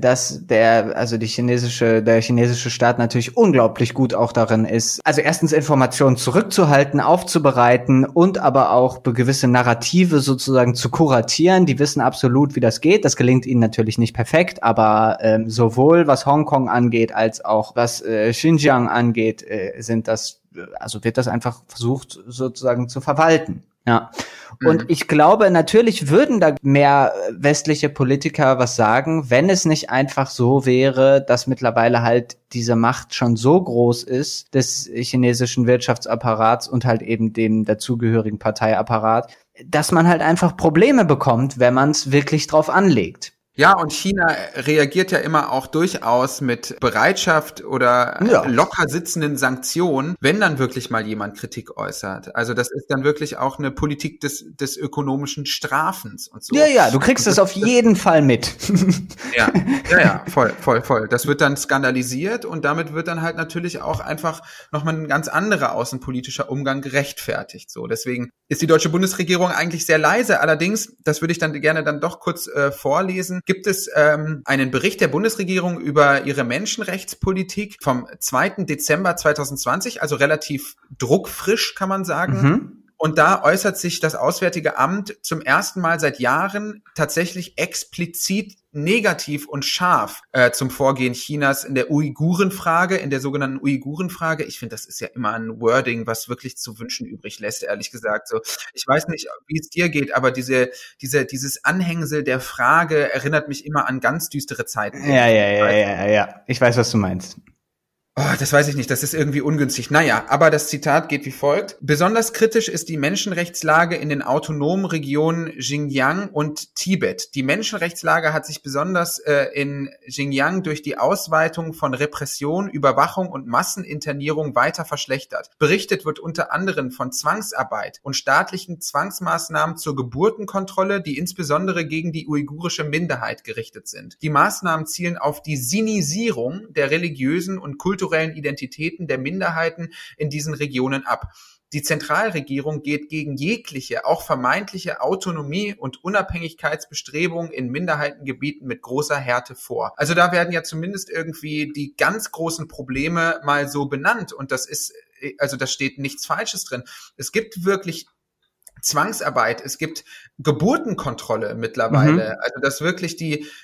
chinesische Staat natürlich unglaublich gut auch darin ist, also erstens Informationen zurückzuhalten, aufzubereiten und aber auch gewisse Narrative sozusagen zu kuratieren. Die wissen absolut, wie das geht. Das gelingt ihnen natürlich nicht perfekt, aber sowohl was Hongkong angeht, als auch was Xinjiang angeht, wird das einfach versucht sozusagen zu verwalten. Ja. Und ich glaube, natürlich würden da mehr westliche Politiker was sagen, wenn es nicht einfach so wäre, dass mittlerweile halt diese Macht schon so groß ist des chinesischen Wirtschaftsapparats und halt eben dem dazugehörigen Parteiapparat, dass man halt einfach Probleme bekommt, wenn man es wirklich drauf anlegt. Ja, und China reagiert ja immer auch durchaus mit Bereitschaft oder locker sitzenden Sanktionen, wenn dann wirklich mal jemand Kritik äußert. Also das ist dann wirklich auch eine Politik des ökonomischen Strafens und so. Ja, du kriegst es auf jeden Fall mit. Ja, voll. Das wird dann skandalisiert und damit wird dann halt natürlich auch einfach nochmal ein ganz anderer außenpolitischer Umgang gerechtfertigt. So, deswegen ist die deutsche Bundesregierung eigentlich sehr leise. Allerdings, das würde ich dann gerne dann doch kurz vorlesen, gibt es einen Bericht der Bundesregierung über ihre Menschenrechtspolitik vom 2. Dezember 2020, also relativ druckfrisch, kann man sagen. Und da äußert sich das Auswärtige Amt zum ersten Mal seit Jahren tatsächlich explizit negativ und scharf zum Vorgehen Chinas in der Uigurenfrage, in der sogenannten Uigurenfrage. Ich finde, das ist ja immer ein Wording, was wirklich zu wünschen übrig lässt, ehrlich gesagt. So, ich weiß nicht, wie es dir geht, aber dieses Anhängsel der Frage erinnert mich immer an ganz düstere Zeiten. Ja. Ich weiß, was du meinst. Oh, das weiß ich nicht, das ist irgendwie ungünstig. Naja, aber das Zitat geht wie folgt. Besonders kritisch ist die Menschenrechtslage in den autonomen Regionen Xinjiang und Tibet. Die Menschenrechtslage hat sich besonders in Xinjiang durch die Ausweitung von Repression, Überwachung und Masseninternierung weiter verschlechtert. Berichtet wird unter anderem von Zwangsarbeit und staatlichen Zwangsmaßnahmen zur Geburtenkontrolle, die insbesondere gegen die uigurische Minderheit gerichtet sind. Die Maßnahmen zielen auf die Sinisierung der religiösen und kulturellen Identitäten der Minderheiten in diesen Regionen ab. Die Zentralregierung geht gegen jegliche, auch vermeintliche Autonomie und Unabhängigkeitsbestrebungen in Minderheitengebieten mit großer Härte vor. Also da werden ja zumindest irgendwie die ganz großen Probleme mal so benannt und das ist, also da steht nichts Falsches drin. Es gibt wirklich Zwangsarbeit, es gibt Geburtenkontrolle mittlerweile, also dass wirklich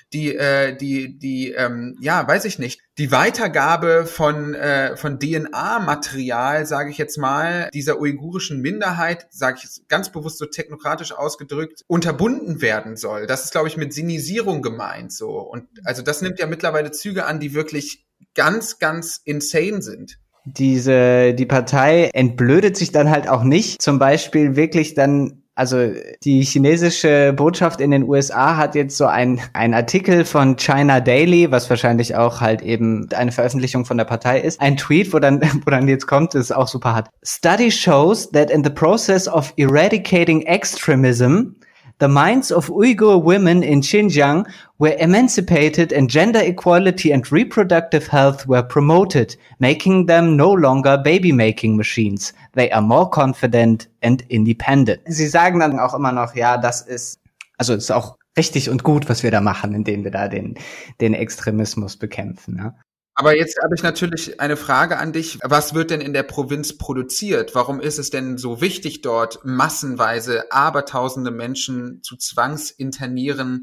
weiß ich nicht, die Weitergabe von DNA-Material, sage ich jetzt mal, dieser uigurischen Minderheit, sage ich ganz bewusst so technokratisch ausgedrückt, unterbunden werden soll. Das ist, glaube ich, mit Sinisierung gemeint so. Und also das nimmt ja mittlerweile Züge an, die wirklich ganz, ganz insane sind. Die Partei entblödet sich dann halt auch nicht, zum Beispiel wirklich dann, also die chinesische Botschaft in den USA hat jetzt so ein Artikel von China Daily, was wahrscheinlich auch halt eben eine Veröffentlichung von der Partei ist, ein Tweet, wo dann jetzt kommt, ist auch super hart. Study shows that in the process of eradicating extremism, the minds of Uyghur women in Xinjiang were emancipated and gender equality and reproductive health were promoted, making them no longer baby-making machines. They are more confident and independent. Sie sagen dann auch immer noch, ja, das ist auch richtig und gut, was wir da machen, indem wir da den Extremismus bekämpfen, ja. Aber jetzt habe ich natürlich eine Frage an dich. Was wird denn in der Provinz produziert? Warum ist es denn so wichtig, dort massenweise abertausende Menschen zu zwangsinternieren,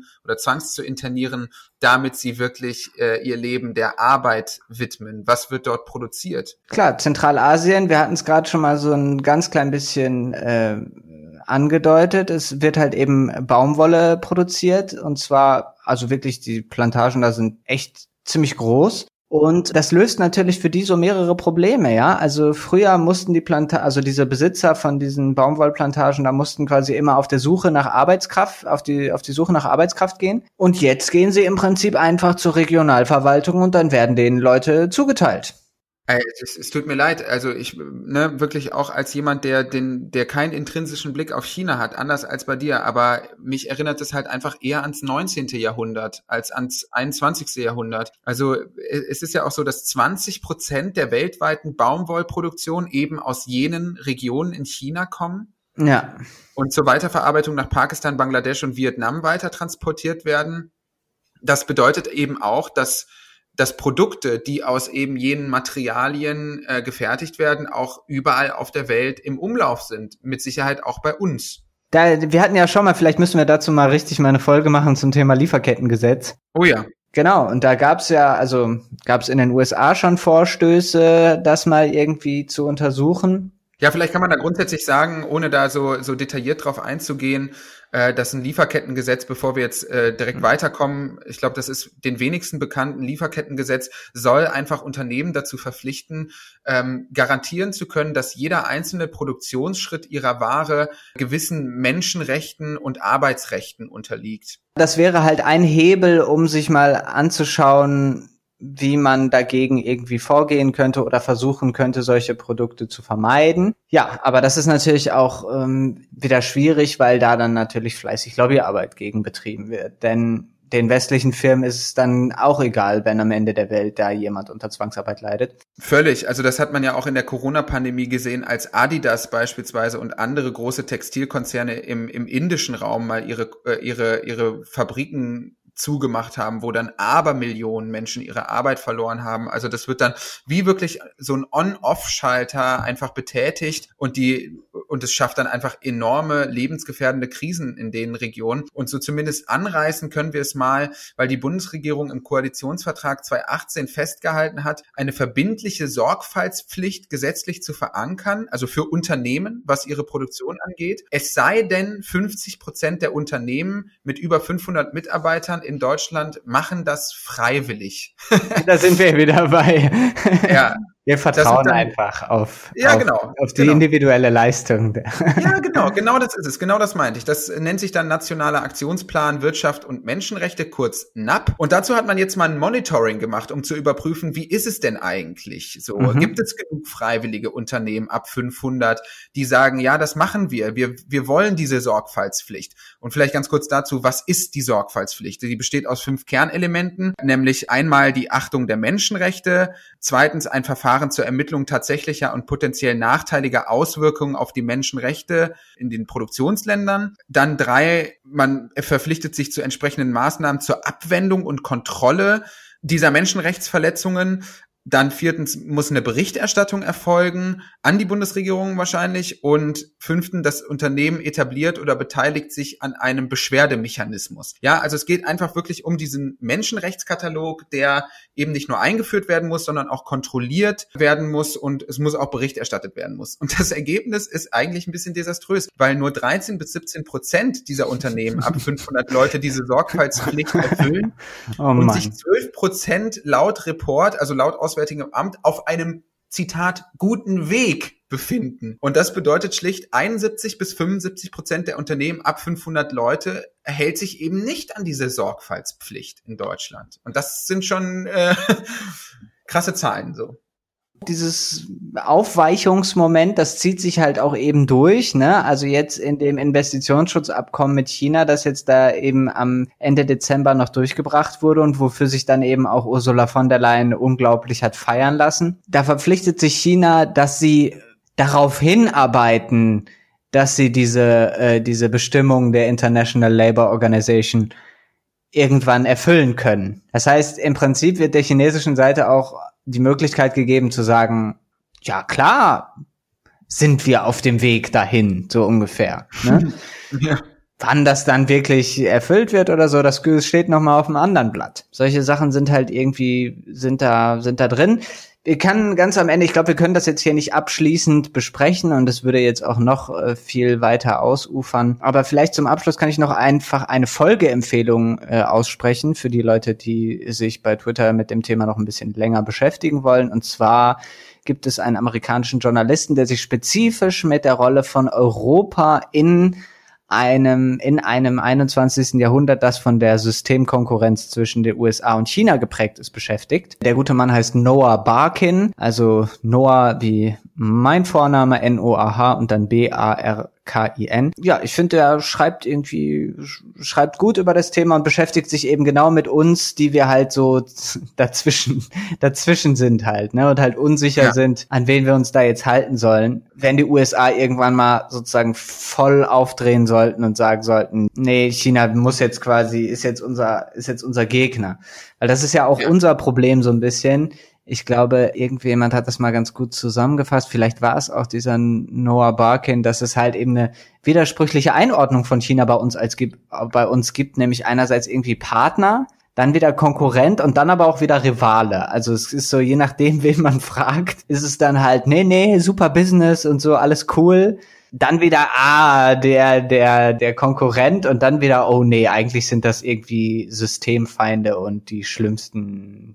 damit sie wirklich ihr Leben der Arbeit widmen? Was wird dort produziert? Klar, Zentralasien, wir hatten es gerade schon mal so ein ganz klein bisschen angedeutet. Es wird halt eben Baumwolle produziert und zwar, also wirklich die Plantagen da sind echt ziemlich groß. Und das löst natürlich für die so mehrere Probleme, ja. Also früher mussten diese Besitzer von diesen Baumwollplantagen, da mussten quasi immer auf die Suche nach Arbeitskraft gehen. Und jetzt gehen sie im Prinzip einfach zur Regionalverwaltung und dann werden denen Leute zugeteilt. Es tut mir leid, also ich, wirklich auch als jemand, der keinen intrinsischen Blick auf China hat, anders als bei dir, aber mich erinnert es halt einfach eher ans 19. Jahrhundert als ans 21. Jahrhundert. Also es ist ja auch so, dass 20% der weltweiten Baumwollproduktion eben aus jenen Regionen in China kommen. Ja. Und zur Weiterverarbeitung nach Pakistan, Bangladesch und Vietnam weiter transportiert werden. Das bedeutet eben auch, dass Produkte, die aus eben jenen Materialien gefertigt werden, auch überall auf der Welt im Umlauf sind. Mit Sicherheit auch bei uns. Wir hatten ja schon mal, vielleicht müssen wir dazu mal eine Folge machen zum Thema Lieferkettengesetz. Oh ja. Genau, und da gab's in den USA schon Vorstöße, das mal irgendwie zu untersuchen. Ja, vielleicht kann man da grundsätzlich sagen, ohne da so detailliert drauf einzugehen, dass ein Lieferkettengesetz, bevor wir jetzt direkt weiterkommen, ich glaube, das ist den wenigsten bekannten Lieferkettengesetz, soll einfach Unternehmen dazu verpflichten, garantieren zu können, dass jeder einzelne Produktionsschritt ihrer Ware gewissen Menschenrechten und Arbeitsrechten unterliegt. Das wäre halt ein Hebel, um sich mal anzuschauen, wie man dagegen irgendwie vorgehen könnte oder versuchen könnte, solche Produkte zu vermeiden. Ja, aber das ist natürlich auch wieder schwierig, weil da dann natürlich fleißig Lobbyarbeit gegen betrieben wird. Denn den westlichen Firmen ist es dann auch egal, wenn am Ende der Welt da jemand unter Zwangsarbeit leidet. Völlig. Also das hat man ja auch in der Corona-Pandemie gesehen, als Adidas beispielsweise und andere große Textilkonzerne im indischen Raum mal ihre Fabriken zugemacht haben, wo dann Abermillionen Menschen ihre Arbeit verloren haben. Also das wird dann wie wirklich so ein On-Off-Schalter einfach betätigt und es schafft dann einfach enorme lebensgefährdende Krisen in den Regionen. Und so zumindest anreißen können wir es mal, weil die Bundesregierung im Koalitionsvertrag 2018 festgehalten hat, eine verbindliche Sorgfaltspflicht gesetzlich zu verankern, also für Unternehmen, was ihre Produktion angeht. Es sei denn, 50% der Unternehmen mit über 500 Mitarbeitern in Deutschland machen das freiwillig. Da sind wir wieder bei. Ja. Wir vertrauen einfach auf die individuelle Leistung. Ja, genau das ist es. Genau das meinte ich. Das nennt sich dann Nationaler Aktionsplan Wirtschaft und Menschenrechte, kurz NAP. Und dazu hat man jetzt mal ein Monitoring gemacht, um zu überprüfen, wie ist es denn eigentlich so? Gibt es genug freiwillige Unternehmen ab 500, die sagen, ja, das machen wir. Wir wollen diese Sorgfaltspflicht. Und vielleicht ganz kurz dazu, was ist die Sorgfaltspflicht? Die besteht aus 5 Kernelementen, nämlich einmal die Achtung der Menschenrechte, zweitens ein Verfahren zur Ermittlung tatsächlicher und potenziell nachteiliger Auswirkungen auf die Menschenrechte in den Produktionsländern. Dann 3, man verpflichtet sich zu entsprechenden Maßnahmen zur Abwendung und Kontrolle dieser Menschenrechtsverletzungen. Dann 4. muss eine Berichterstattung erfolgen, an die Bundesregierung wahrscheinlich. Und 5. das Unternehmen etabliert oder beteiligt sich an einem Beschwerdemechanismus. Ja, also es geht einfach wirklich um diesen Menschenrechtskatalog, der eben nicht nur eingeführt werden muss, sondern auch kontrolliert werden muss und es muss auch Bericht erstattet werden muss. Und das Ergebnis ist eigentlich ein bisschen desaströs, weil nur 13-17% dieser Unternehmen ab 500 Leute diese Sorgfaltspflicht erfüllen und sich 12% laut Report, also laut Auswärtigem Amt, auf einem, Zitat, guten Weg befinden. Und das bedeutet schlicht, 71-75% der Unternehmen ab 500 Leute hält sich eben nicht an diese Sorgfaltspflicht in Deutschland. Und das sind schon krasse Zahlen so. Dieses Aufweichungsmoment, das zieht sich halt auch eben durch, ne? Also jetzt in dem Investitionsschutzabkommen mit China, das jetzt da eben am Ende Dezember noch durchgebracht wurde und wofür sich dann eben auch Ursula von der Leyen unglaublich hat feiern lassen. Da verpflichtet sich China, dass sie darauf hinarbeiten, dass sie diese Bestimmung der International Labour Organization irgendwann erfüllen können. Das heißt, im Prinzip wird der chinesischen Seite auch die Möglichkeit gegeben zu sagen, ja klar, sind wir auf dem Weg dahin, so ungefähr. Ne? Ja. Wann das dann wirklich erfüllt wird oder so, das steht nochmal auf einem anderen Blatt. Solche Sachen sind halt irgendwie, sind da drin. Wir können ganz am Ende, ich glaube, wir können das jetzt hier nicht abschließend besprechen und es würde jetzt auch noch viel weiter ausufern. Aber vielleicht zum Abschluss kann ich noch einfach eine Folgeempfehlung aussprechen für die Leute, die sich bei Twitter mit dem Thema noch ein bisschen länger beschäftigen wollen. Und zwar gibt es einen amerikanischen Journalisten, der sich spezifisch mit der Rolle von Europa in einem 21. Jahrhundert, das von der Systemkonkurrenz zwischen den USA und China geprägt ist, beschäftigt. Der gute Mann heißt Noah Barkin, also Noah wie mein Vorname, Noah und dann Barkin. Ja, ich finde, er schreibt gut über das Thema und beschäftigt sich eben genau mit uns, die wir halt so dazwischen sind halt, ne, und halt unsicher sind, an wen wir uns da jetzt halten sollen, wenn die USA irgendwann mal sozusagen voll aufdrehen sollten und sagen sollten, nee, China muss jetzt quasi, ist jetzt unser Gegner. Weil das ist ja auch unser Problem so ein bisschen. Ich glaube, irgendjemand hat das mal ganz gut zusammengefasst. Vielleicht war es auch dieser Noah Barkin, dass es halt eben eine widersprüchliche Einordnung von China bei uns gibt, nämlich einerseits irgendwie Partner, dann wieder Konkurrent und dann aber auch wieder Rivale. Also es ist so, je nachdem, wen man fragt, ist es dann halt, nee, super Business und so, alles cool. Dann wieder, der Konkurrent und dann wieder, oh nee, eigentlich sind das irgendwie Systemfeinde und die schlimmsten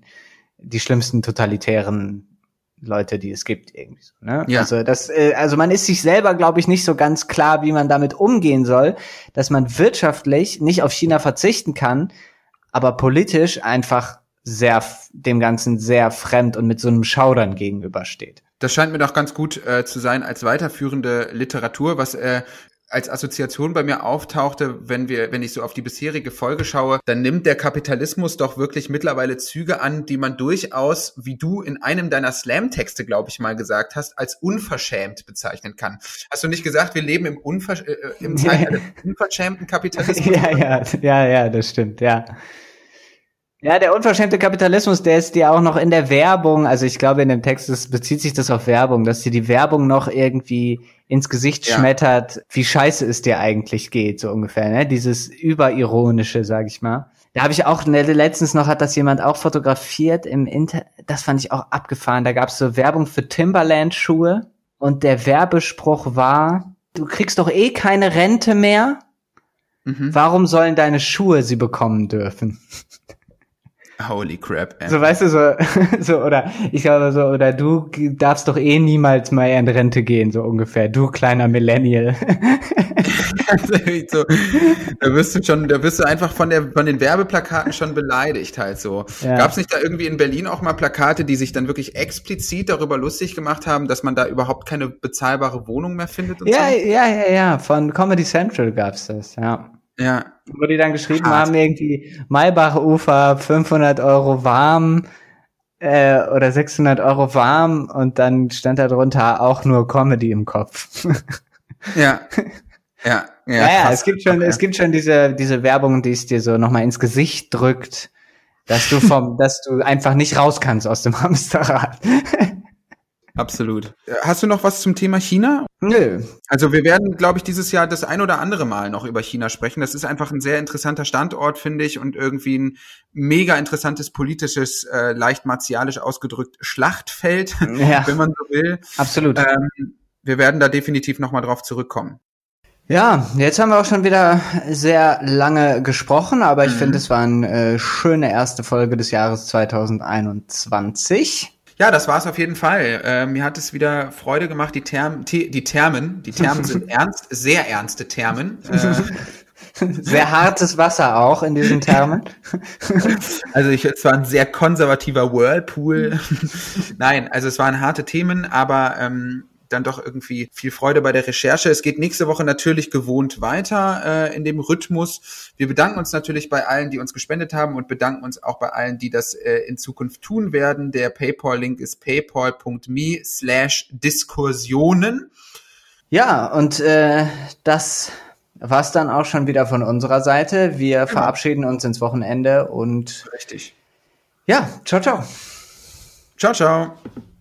totalitären Leute, die es gibt, irgendwie so, ne? Ja. Also man ist sich selber, glaube ich, nicht so ganz klar, wie man damit umgehen soll, dass man wirtschaftlich nicht auf China verzichten kann, aber politisch einfach dem Ganzen sehr fremd und mit so einem Schaudern gegenübersteht. Das scheint mir doch ganz gut zu sein als weiterführende Literatur, was als Assoziation bei mir auftauchte, wenn ich so auf die bisherige Folge schaue, dann nimmt der Kapitalismus doch wirklich mittlerweile Züge an, die man durchaus, wie du in einem deiner Slam-Texte, glaube ich, mal gesagt hast, als unverschämt bezeichnen kann. Hast du nicht gesagt, wir leben im Zeitalter des unverschämten Kapitalismus? Ja, das stimmt, ja. Ja, der unverschämte Kapitalismus, der ist ja auch noch in der Werbung, also ich glaube in dem Text bezieht sich das auf Werbung, dass dir die Werbung noch irgendwie ins Gesicht schmettert, wie scheiße es dir eigentlich geht, so ungefähr, ne? Dieses Überironische, sag ich mal. Da habe ich auch, letztens noch hat das jemand auch fotografiert im das fand ich auch abgefahren, da gab's so Werbung für Timberland-Schuhe und der Werbespruch war, du kriegst doch eh keine Rente mehr, Warum sollen deine Schuhe sie bekommen dürfen? Holy crap, ey. So, weißt du, so, oder ich glaube so, oder du darfst doch eh niemals mal in Rente gehen, so ungefähr, du kleiner Millennial. So, da wirst du einfach von den Werbeplakaten schon beleidigt halt so. Ja. Gab es nicht da irgendwie in Berlin auch mal Plakate, die sich dann wirklich explizit darüber lustig gemacht haben, dass man da überhaupt keine bezahlbare Wohnung mehr findet und so? Ja, von Comedy Central gab's das, ja. Ja. Wo die dann geschrieben haben, irgendwie Maybach-Ufer, 500 € warm oder 600 € warm und dann stand da drunter auch nur Comedy im Kopf. Ja. Es gibt schon diese Werbung, die es dir so nochmal ins Gesicht drückt, dass du einfach nicht raus kannst aus dem Hamsterrad. Absolut. Hast du noch was zum Thema China? Nö. Also wir werden, glaube ich, dieses Jahr das ein oder andere Mal noch über China sprechen. Das ist einfach ein sehr interessanter Standort, finde ich, und irgendwie ein mega interessantes politisches, leicht martialisch ausgedrückt Schlachtfeld, wenn man so will. Absolut. Wir werden da definitiv nochmal drauf zurückkommen. Ja, jetzt haben wir auch schon wieder sehr lange gesprochen, aber ich finde, es war eine schöne erste Folge des Jahres 2021. Ja, das war es auf jeden Fall. Mir hat es wieder Freude gemacht, die Thermen sind ernst, sehr ernste Thermen. Sehr hartes Wasser auch in diesen Thermen. Also es war ein sehr konservativer Whirlpool. Nein, also es waren harte Themen, aber dann doch irgendwie viel Freude bei der Recherche. Es geht nächste Woche natürlich gewohnt weiter in dem Rhythmus. Wir bedanken uns natürlich bei allen, die uns gespendet haben und bedanken uns auch bei allen, die das in Zukunft tun werden. Der PayPal-Link ist paypal.me/Diskussionen. Ja, und das war's dann auch schon wieder von unserer Seite. Wir verabschieden uns ins Wochenende und richtig. Ja, ciao, ciao. Ciao, ciao.